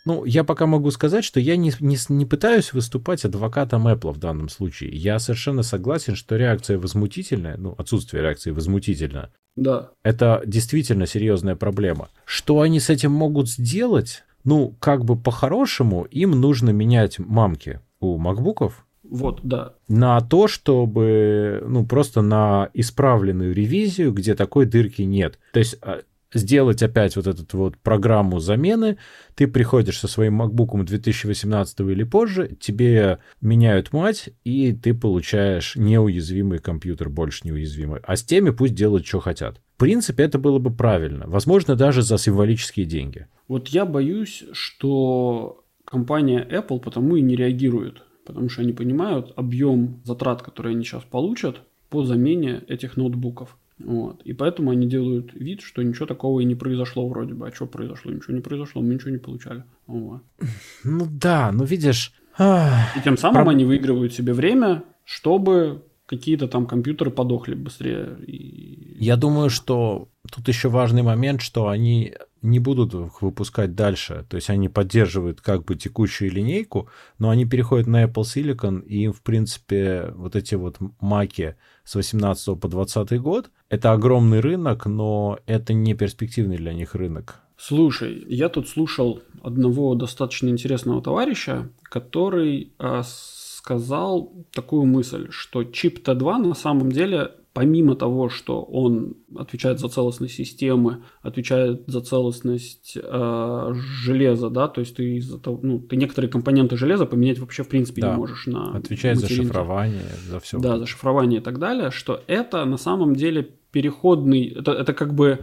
Ну, я пока могу сказать, что я не, не, не пытаюсь выступать адвокатом Apple в данном случае. Я совершенно согласен, что реакция возмутительная, ну, отсутствие реакции возмутительно.
Да.
Это действительно серьезная проблема. Что они с этим могут сделать? Ну, как бы по-хорошему, им нужно менять мамки у макбуков.
Вот, да.
На то, чтобы, ну, просто на исправленную ревизию, где такой дырки нет. То есть сделать опять вот эту вот программу замены, ты приходишь со своим макбуком две тысячи восемнадцатого или позже, тебе меняют мать, и ты получаешь неуязвимый компьютер, больше неуязвимый. А с теми пусть делают, что хотят. В принципе, это было бы правильно. Возможно, даже за символические деньги.
Вот я боюсь, что компания Apple потому и не реагирует, потому что они понимают объем затрат, которые они сейчас получат по замене этих ноутбуков. Вот. И поэтому они делают вид, что ничего такого и не произошло вроде бы. А что произошло? Ничего не произошло, мы ничего не получали. Вот.
Ну да, ну видишь...
И тем самым Про... они выигрывают себе время, чтобы какие-то там компьютеры подохли быстрее. И...
Я думаю, что тут еще важный момент, что они не будут их выпускать дальше. То есть они поддерживают как бы текущую линейку, но они переходят на Apple Silicon, и им, в принципе, вот эти вот маки с восемнадцатого по двадцатый год, это огромный рынок, но это не перспективный для них рынок.
Слушай, я тут слушал одного достаточно интересного товарища, который а, сказал такую мысль, что чип ти два на самом деле, помимо того, что он отвечает за целостность системы, отвечает за целостность э, железа, да, то есть ты, из-за того, ну, ты некоторые компоненты железа поменять вообще в принципе
да.
не можешь на
отвечает
материнке.
За шифрование, за все.
Да, за шифрование и так далее, что это на самом деле переходный, это, это как бы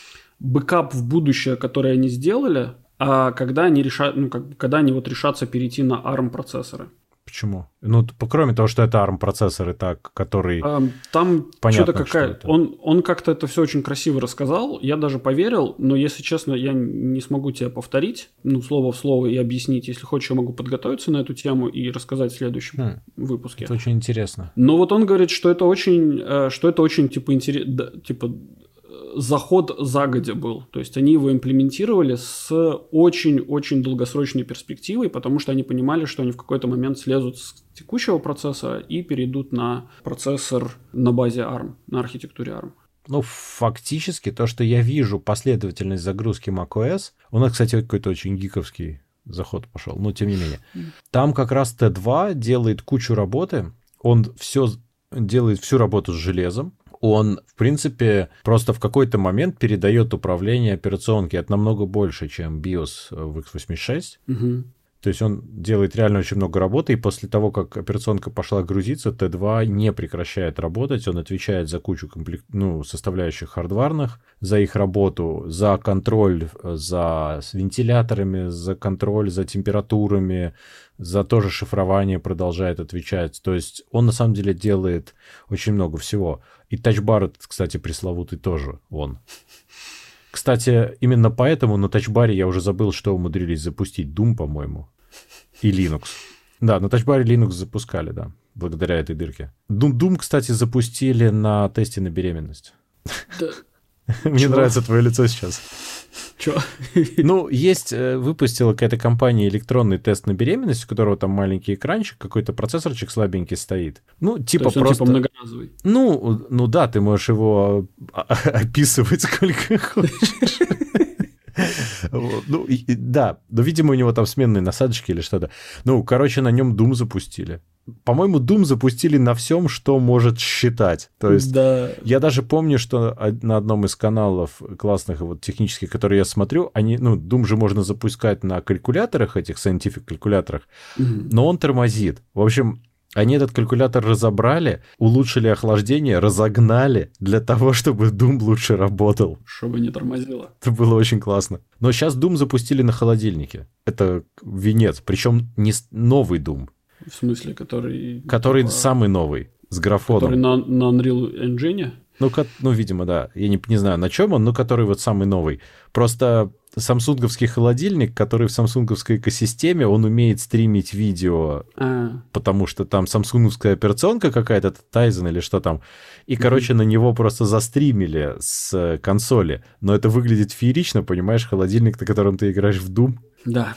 бэкап в будущее, который они сделали, а когда они решат, ну, как, когда они вот решатся перейти на арм процессоры.
Почему? Ну, кроме того, что это арм процессоры, так, который...
А, там
понятно,
что-то какая...
Что
он, он как-то это все очень красиво рассказал, я даже поверил, но, если честно, я не смогу тебе повторить, ну, слово в слово и объяснить. Если хочешь, я могу подготовиться на эту тему и рассказать в следующем хм, выпуске.
Это очень интересно.
Но вот он говорит, что это очень, что это очень, типа, интересно, типа... заход загодя был. То есть они его имплементировали с очень-очень долгосрочной перспективой, потому что они понимали, что они в какой-то момент слезут с текущего процессора и перейдут на процессор на базе арм, на архитектуре арм.
Ну, фактически, то, что я вижу последовательность загрузки macOS, у нас, кстати, какой-то очень гиковский заход пошел, но тем не менее. Там как раз ти два делает кучу работы, он все делает всю работу с железом, он, в принципе, просто в какой-то момент передает управление операционки. Это намного больше, чем биос в икс восемьдесят шесть.
Угу.
То есть он делает реально очень много работы, и после того, как операционка пошла грузиться, ти два не прекращает работать. Он отвечает за кучу комплект... ну, составляющих хардварных, за их работу, за контроль за вентиляторами, за контроль за температурами, за то же шифрование продолжает отвечать. То есть он на самом деле делает очень много всего. И тачбар, кстати, пресловутый тоже он. Кстати, именно поэтому на тачбаре я уже забыл, что умудрились запустить. Doom, по-моему. И Linux. Да, на тачбаре Linux запускали, да, благодаря этой дырке. Doom, Doom, кстати, запустили на тесте на беременность. Мне нравится твое лицо сейчас.
Чё?
Ну, есть, выпустила какая-то компания электронный тест на беременность, у которого там маленький экранчик, какой-то процессорчик слабенький стоит. Ну, типа
То есть он
просто...
типа многоразовый.
Ну, ну да, ты можешь его описывать сколько хочешь. Ну, да, но, видимо, у него там сменные насадочки или что-то. Ну, короче, на нем Doom запустили. По-моему, Doom запустили на всем, что может считать. То есть
да.
Я даже помню, что на одном из каналов классных вот технических, которые я смотрю, они, ну, Doom же можно запускать на калькуляторах, этих scientific калькуляторах, mm-hmm. но он тормозит. В общем, они этот калькулятор разобрали, улучшили охлаждение, разогнали для того, чтобы Doom лучше работал.
Чтобы не тормозило.
Это было очень классно. Но сейчас Doom запустили на холодильнике. Это венец. Причем не новый Doom.
В смысле, который...
Который
типа...
самый новый, с графоном.
Который на, на Unreal Engine?
Ну, ко... ну, видимо, да. Я не, не знаю, на чем он, но который вот самый новый. Просто самсунговский холодильник, который в самсунговской экосистеме, он умеет стримить видео, а. потому что там самсунговская операционка какая-то, Tizen или что там. И, короче, mm-hmm. на него просто застримили с консоли. Но это выглядит феерично, понимаешь, холодильник, на котором ты играешь в Doom.
Да.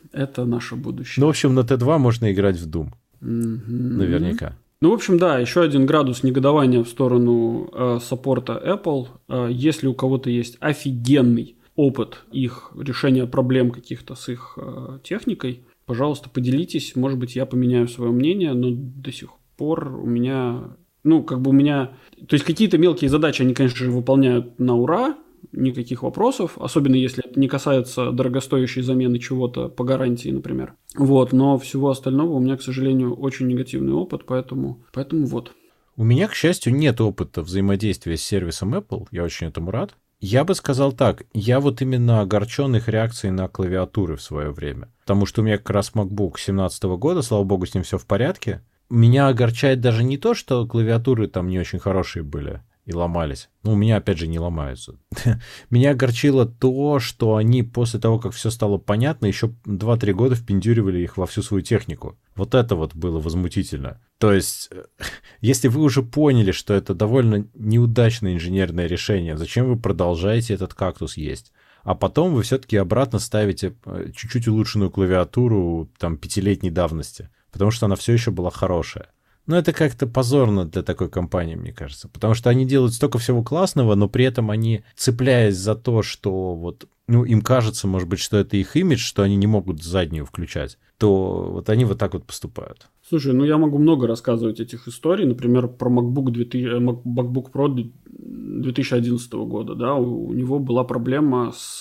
Это наше будущее.
Ну, в общем, на Т два можно играть в Doom.
Mm-hmm.
Наверняка.
Ну, в общем, да, еще один градус негодования в сторону э, саппорта Apple. Э, если у кого-то есть офигенный опыт их решения проблем каких-то с их э, техникой, пожалуйста, поделитесь. Может быть, я поменяю свое мнение, но до сих пор у меня... Ну, как бы у меня... То есть, какие-то мелкие задачи они, конечно же, выполняют на ура, никаких вопросов, особенно если это не касается дорогостоящей замены чего-то по гарантии, например. Вот, но всего остального у меня, к сожалению, очень негативный опыт, поэтому, поэтому вот.
У меня, к счастью, нет опыта взаимодействия с сервисом Apple, я очень этому рад. Я бы сказал так, я вот именно огорчен их реакцией на клавиатуры в свое время, потому что у меня как раз MacBook семнадцатого года, слава богу, с ним все в порядке. Меня огорчает даже не то, что клавиатуры там не очень хорошие были и ломались. Ну, у меня, опять же, не ломаются. Меня огорчило то, что они после того, как все стало понятно, еще два-три года впендюривали их во всю свою технику. Вот это вот было возмутительно. То есть, если вы уже поняли, что это довольно неудачное инженерное решение, зачем вы продолжаете этот кактус есть? А потом вы все-таки обратно ставите чуть-чуть улучшенную клавиатуру там пятилетней давности, потому что она все еще была хорошая. Но это как-то позорно для такой компании, мне кажется. Потому что они делают столько всего классного, но при этом они, цепляясь за то, что вот, ну, им кажется, может быть, что это их имидж, что они не могут заднюю включать, то вот они вот так вот поступают.
Слушай, ну я могу много рассказывать этих историй. Например, про MacBook, две тысячи, MacBook Pro две тысячи одиннадцатого года. Да, у, у него была проблема с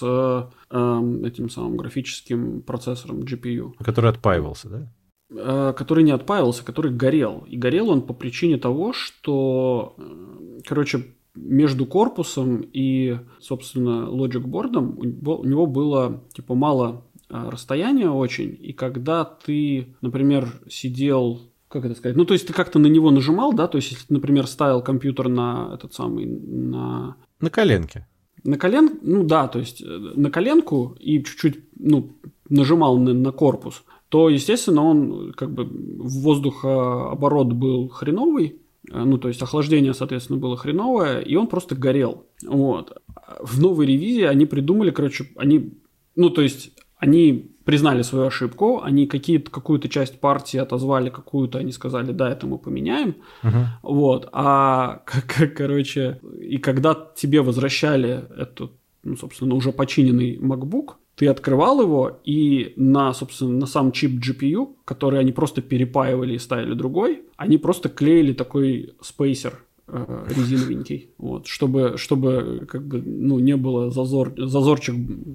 э, этим самым графическим процессором джи пи ю.
Который отпаивался, да?
Который не отпаивался, который горел. И горел он по причине того, что, короче, между корпусом и, собственно, лоджик-бордом у него было, типа, мало расстояния очень. И когда ты, например, сидел... Как это сказать? Ну, то есть, ты как-то на него нажимал, да? То есть, если ты, например, ставил компьютер на этот самый... На,
на коленке.
На колен... Ну, да, то есть, на коленку и чуть-чуть, ну, нажимал на, на корпус, то, естественно, он как бы воздухооборот был хреновый, ну, то есть охлаждение, соответственно, было хреновое, и он просто горел. Вот. В новой ревизии они придумали, короче, они, ну, то есть они признали свою ошибку, они какие-то, какую-то часть партии отозвали, какую-то они сказали, да, это мы поменяем, uh-huh. Вот, а, как, короче, и когда тебе возвращали этот, ну, собственно, уже починенный MacBook, ты открывал его, и на, собственно, на сам чип джи пи ю, который они просто перепаивали и ставили другой, они просто клеили такой спейсер э, резиновенький, вот, чтобы, чтобы как бы, ну, не было зазор, зазорчик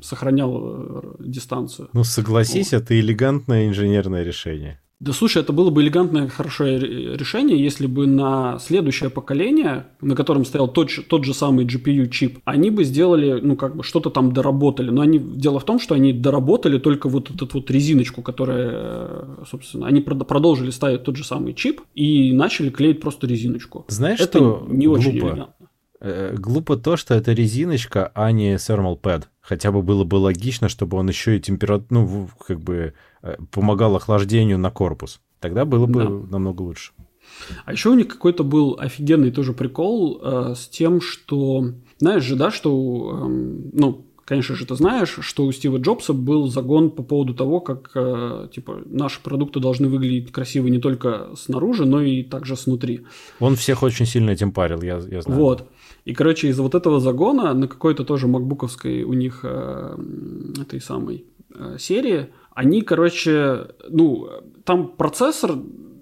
сохранял дистанцию.
Ну, согласись, вот. Это элегантное инженерное решение.
Да слушай, это было бы элегантное, хорошее решение, если бы на следующее поколение, на котором стоял тот же, тот же самый джи пи ю-чип, они бы сделали, ну, как бы, что-то там доработали. Но они, дело в том, что они доработали только вот эту вот резиночку, которая, собственно, они продолжили ставить тот же самый чип и начали клеить просто резиночку.
Знаешь,
это
что
не
глупо?
Очень элегантно.
Глупо то, что это резиночка, а не thermal pad. Хотя бы было бы логично, чтобы он еще и температуру, ну, как бы помогал охлаждению на корпус. Тогда было бы да. намного лучше.
А еще у них какой-то был офигенный тоже прикол э, с тем, что, знаешь же, да, что, э, ну, конечно же, ты знаешь, что у Стива Джобса был загон по поводу того, как, э, типа, наши продукты должны выглядеть красиво не только снаружи, но и также снутри.
Он всех очень сильно этим парил, я, я знаю.
Вот. И, короче, из-за вот этого загона на какой-то тоже макбуковской у них э, этой самой э, серии, они, короче, ну, там процессор,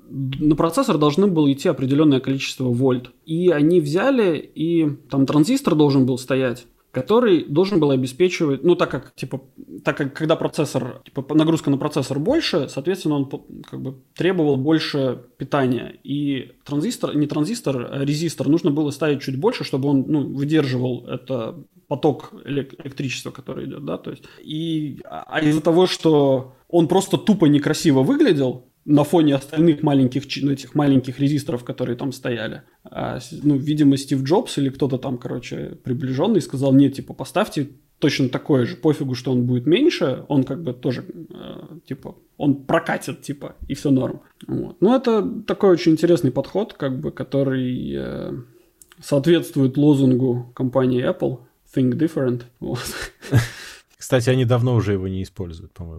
на процессор должны было идти определенное количество вольт. И они взяли, и там транзистор должен был стоять, который должен был обеспечивать, ну, так как, типа, так как, когда процессор, типа, нагрузка на процессор больше, соответственно, он, как бы, требовал больше питания. И транзистор, не транзистор, а резистор нужно было ставить чуть больше, чтобы он, ну, выдерживал это поток электричества, который идет, да, то есть. И, а из-за того, что он просто тупо некрасиво выглядел, на фоне остальных маленьких, этих маленьких резисторов, которые там стояли. А, ну, видимо, Стив Джобс или кто-то там, короче, приближенный сказал, нет, типа, поставьте точно такое же, пофигу, что он будет меньше, он как бы тоже, э, типа, он прокатит, типа, и все норм. Вот. Ну, это такой очень интересный подход, как бы, который э, соответствует лозунгу компании Apple, Think Different. Вот.
Кстати, они давно уже его не используют, по-моему.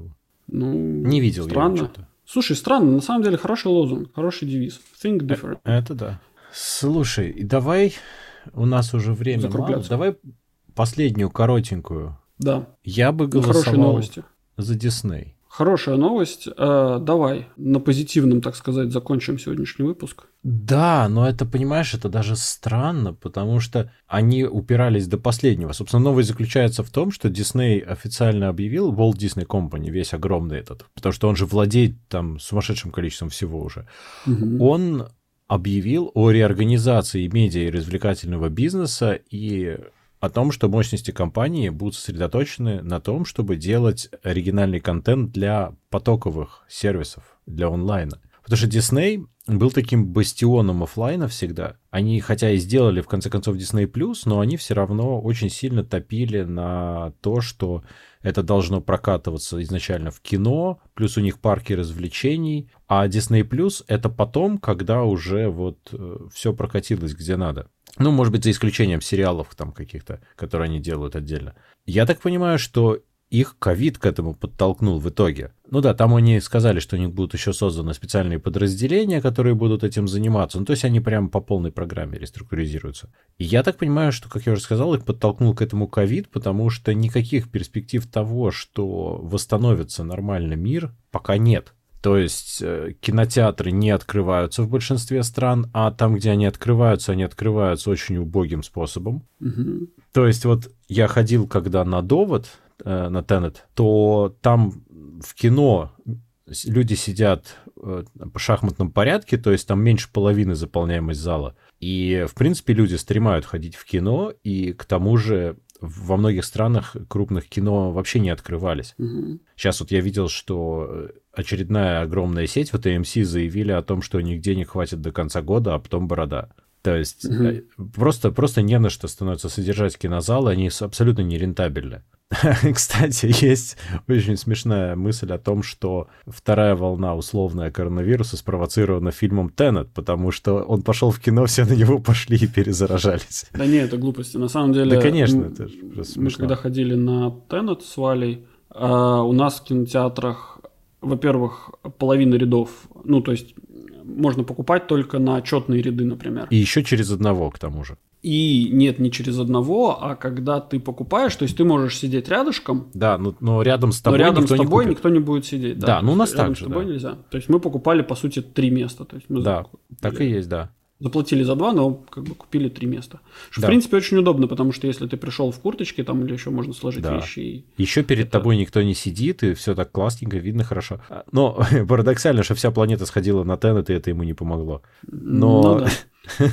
Ну,
не видел
странно.
я что-то.
Слушай, странно, на самом деле хороший лозунг, хороший девиз. Think different.
Это да. Слушай, давай, у нас уже время мало, давай последнюю коротенькую.
Да.
Я бы голосовал за Дисней.
Хорошая новость. Э, давай на позитивном, так сказать, закончим сегодняшний выпуск.
Да, но это, понимаешь, это даже странно, потому что они упирались до последнего. Собственно, новость заключается в том, что Disney официально объявил, Walt Disney Company, весь огромный этот, потому что он же владеет там сумасшедшим количеством всего уже. Угу. Он объявил о реорганизации медиа и развлекательного бизнеса и о том, что мощности компании будут сосредоточены на том, чтобы делать оригинальный контент для потоковых сервисов, для онлайна. Потому что Disney был таким бастионом офлайна всегда. Они, хотя и сделали, в конце концов, Disney+, но они все равно очень сильно топили на то, что это должно прокатываться изначально в кино, плюс у них парки развлечений, а Disney+, это потом, когда уже вот э, все прокатилось где надо. Ну, может быть, за исключением сериалов там каких-то, которые они делают отдельно. Я так понимаю, что их ковид к этому подтолкнул в итоге. Ну да, там они сказали, что у них будут еще созданы специальные подразделения, которые будут этим заниматься. Ну, то есть они прямо по полной программе реструктуризируются. И я так понимаю, что, как я уже сказал, их подтолкнул к этому ковид, потому что никаких перспектив того, что восстановится нормально мир, пока нет. То есть э, кинотеатры не открываются в большинстве стран, а там, где они открываются, они открываются очень убогим способом. Mm-hmm. То есть вот я ходил когда на «Довод», э, на «Тенет», то там в кино люди сидят э, по шахматном порядке, то есть там меньше половины заполняемость зала. И, в принципе, люди стремают ходить в кино, и к тому же во многих странах крупных кино вообще не открывались. Mm-hmm. Сейчас вот я видел, что очередная огромная сеть, вот эй эм си, заявили о том, что у них денег хватит до конца года, а потом борода. То есть mm-hmm. просто, просто не на что становится содержать кинозалы, они абсолютно нерентабельны. Кстати, есть очень смешная мысль о том, что вторая волна условная коронавируса спровоцирована фильмом «Тенет», потому что он пошел в кино, все на него пошли и перезаражались.
Да не, это глупости. На самом деле...
Да, конечно, это же просто смешно.
Мы когда ходили на «Тенет» с Валей, у нас в кинотеатрах, во-первых, половина рядов, ну, то есть можно покупать только на четные ряды, например.
И еще через одного, к тому же.
И нет, не через одного, а когда ты покупаешь, то есть ты можешь сидеть рядышком.
Да, но, но рядом с тобой,
но рядом
никто,
с тобой
не
никто не будет сидеть. Да,
да ну у нас
рядом
так
с
же,
тобой
да.
нельзя. То есть мы покупали, по сути, три места. То есть мы
да,
за...
так и есть, да.
Заплатили за два, но как бы купили три места. Что,
да.
в принципе, очень удобно, потому что если ты пришел в курточке, там или еще можно сложить
да.
вещи. И...
Еще перед это... тобой никто не сидит, и все так классненько, видно хорошо. Но парадоксально, что вся планета сходила на Тенет, и это ему не помогло. Но... Ну, да.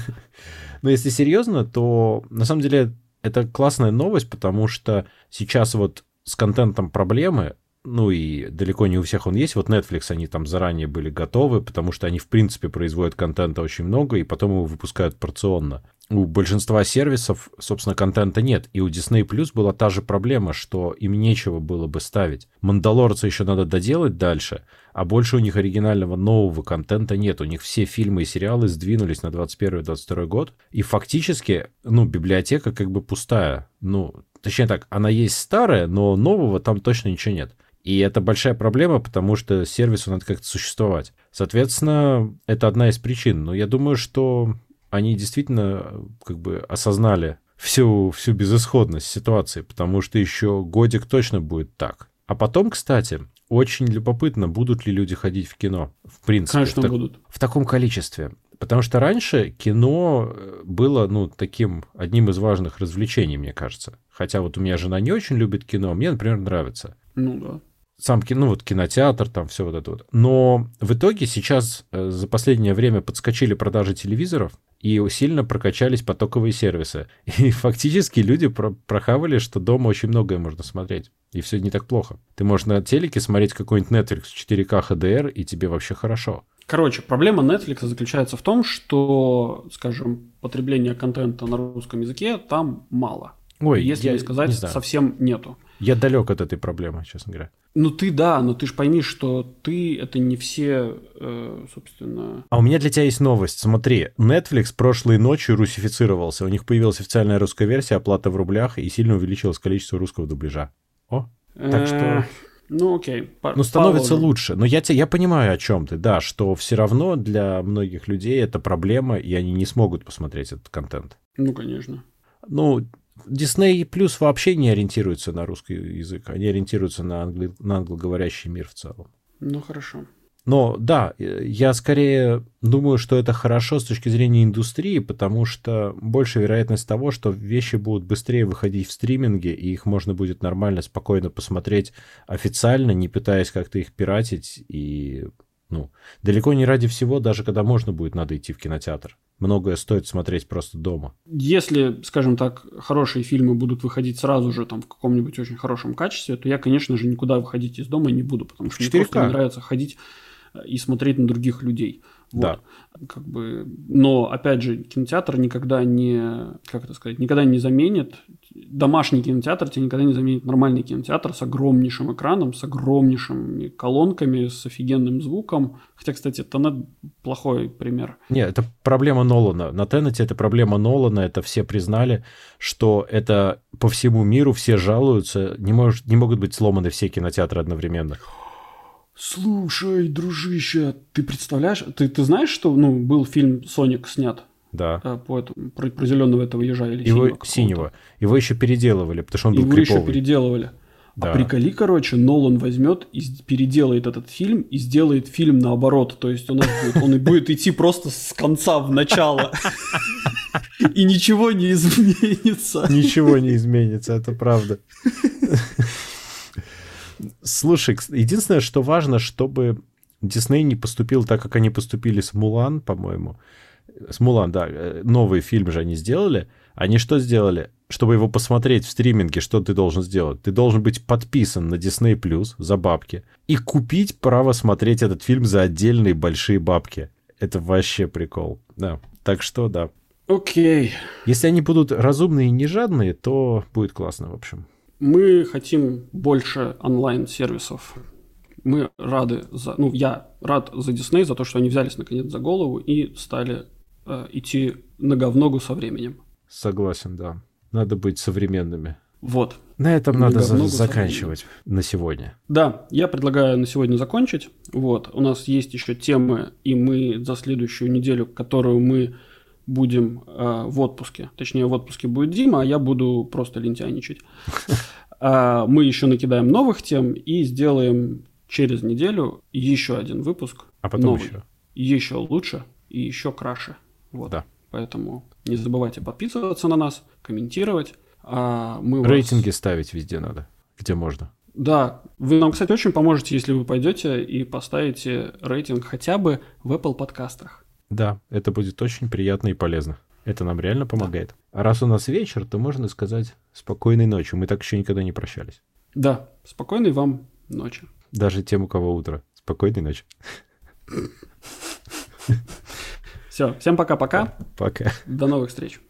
Но если серьезно, то на самом деле это классная новость, потому что сейчас вот с контентом проблемы, ну и далеко не у всех он есть. Вот Netflix, они там заранее были готовы, потому что они в принципе производят контента очень много, и потом его выпускают порционно. У большинства сервисов, собственно, контента нет. И у Disney Plus была та же проблема, что им нечего было бы ставить. «Мандалорца» еще надо доделать дальше, а больше у них оригинального нового контента нет. У них все фильмы и сериалы сдвинулись на двадцать первый - двадцать второй год. И фактически, ну, библиотека как бы пустая. Ну, точнее так, она есть старая, но нового там точно ничего нет. И это большая проблема, потому что сервису надо как-то существовать. Соответственно, это одна из причин. Но я думаю, что они действительно как бы осознали всю, всю безысходность ситуации, потому что еще годик точно будет так. А потом, кстати, очень любопытно, будут ли люди ходить в кино, в принципе.
Конечно,
в, так,
будут.
В таком количестве. Потому что раньше кино было, ну, таким одним из важных развлечений, мне кажется. Хотя вот у меня жена не очень любит кино, мне, например, нравится.
Ну да.
Сам кино, ну вот кинотеатр, там все вот это вот. Но в итоге сейчас э, за последнее время подскочили продажи телевизоров и сильно прокачались потоковые сервисы. И фактически люди про- прохавали, что дома очень многое можно смотреть. И все не так плохо. Ты можешь на телеке смотреть какой-нибудь Netflix в четыре ка эйч ди ар, и тебе вообще хорошо.
Короче, проблема Netflix заключается в том, что, скажем, потребление контента на русском языке там мало.
Ой,
если
я
не сказать,
не знаю.
совсем нету.
Я далек от этой проблемы, честно говоря.
Ну ты да, но ты же пойми, что ты это не все, э, собственно...
А у меня для тебя есть новость. Смотри, Netflix прошлой ночью русифицировался. У них появилась официальная русская версия, оплата в рублях, и сильно увеличилось количество русского дубляжа. О, так что...
Ну, окей. По-
Ну, становится
положим.
лучше. Но я, те, я понимаю, о чем ты, да, что все равно для многих людей это проблема, и они не смогут посмотреть этот контент.
Ну, конечно.
Ну, Disney Plus вообще не ориентируется на русский язык, они ориентируются на, англи... на англоговорящий мир в целом.
Ну, хорошо.
Но да, я скорее думаю, что это хорошо с точки зрения индустрии, потому что больше вероятность того, что вещи будут быстрее выходить в стриминге, и их можно будет нормально, спокойно посмотреть официально, не пытаясь как-то их пиратить. И, ну, далеко не ради всего, даже когда можно будет, надо идти в кинотеатр. Многое стоит смотреть просто дома.
Если, скажем так, хорошие фильмы будут выходить сразу же там в каком-нибудь очень хорошем качестве, то я, конечно же, никуда выходить из дома не буду, потому что мне просто не нравится ходить и смотреть на других людей. Вот.
Да.
Как бы, но, опять же, кинотеатр никогда не, как это сказать, никогда не заменит, домашний кинотеатр тебе никогда не заменит нормальный кинотеатр с огромнейшим экраном, с огромнейшими колонками, с офигенным звуком. Хотя, кстати, Тенет плохой пример.
Нет, это проблема Нолана. На Тенете это проблема Нолана, это все признали, что это по всему миру все жалуются, не, может, не могут быть сломаны все кинотеатры одновременно.
Слушай, дружище, ты представляешь, ты, ты знаешь, что ну, был фильм «Соник» снят?
Да.
По этому, про, про зеленого этого ежа или
Его,
синего.
синего. Его еще переделывали, потому что он был
Его
криповый.
еще переделывали.
Да.
А приколи, короче, Нолан возьмет и переделает этот фильм и сделает фильм наоборот. То есть у нас будет, он и будет идти просто с конца в начало. И ничего не изменится.
Ничего не изменится, это правда. Слушай, единственное, что важно, чтобы Дисней не поступил так, как они поступили с Мулан, по-моему. С Мулан, да. Новый фильм же они сделали. Они что сделали? Чтобы его посмотреть в стриминге, что ты должен сделать? Ты должен быть подписан на Disney Plus за бабки и купить право смотреть этот фильм за отдельные большие бабки. Это вообще прикол. Да. Так что, да.
Окей.
Если они будут разумные и не жадные, то будет классно, в общем.
Мы хотим больше онлайн-сервисов. Мы рады за... Ну, я рад за Disney, за то, что они взялись наконец за голову и стали э, идти нога в ногу со временем.
Согласен, да. Надо быть современными.
Вот.
На этом
Нога
надо
в
за-
ногу
заканчивать на сегодня.
Да, я предлагаю на сегодня закончить. Вот. У нас есть еще темы, и мы за следующую неделю, которую мы будем э, в отпуске, точнее в отпуске будет Дима, а я буду просто лентяйничать. А, мы еще накидаем новых тем и сделаем через неделю еще один выпуск.
А потом
новый,
еще.
еще лучше и еще краше. Вот.
Да.
Поэтому не забывайте подписываться на нас, комментировать. А мы вас-
Рейтинги ставить везде надо, где можно.
Да, вы нам, кстати, очень поможете, если вы пойдете и поставите рейтинг хотя бы в Apple подкастах.
Да, это будет очень приятно и полезно. Это нам реально помогает. А раз у нас вечер, то можно сказать спокойной ночи. Мы так еще никогда не прощались.
Да, спокойной вам ночи.
Даже тем, у кого утро. Спокойной ночи.
Все, всем пока-пока.
Пока.
До новых встреч.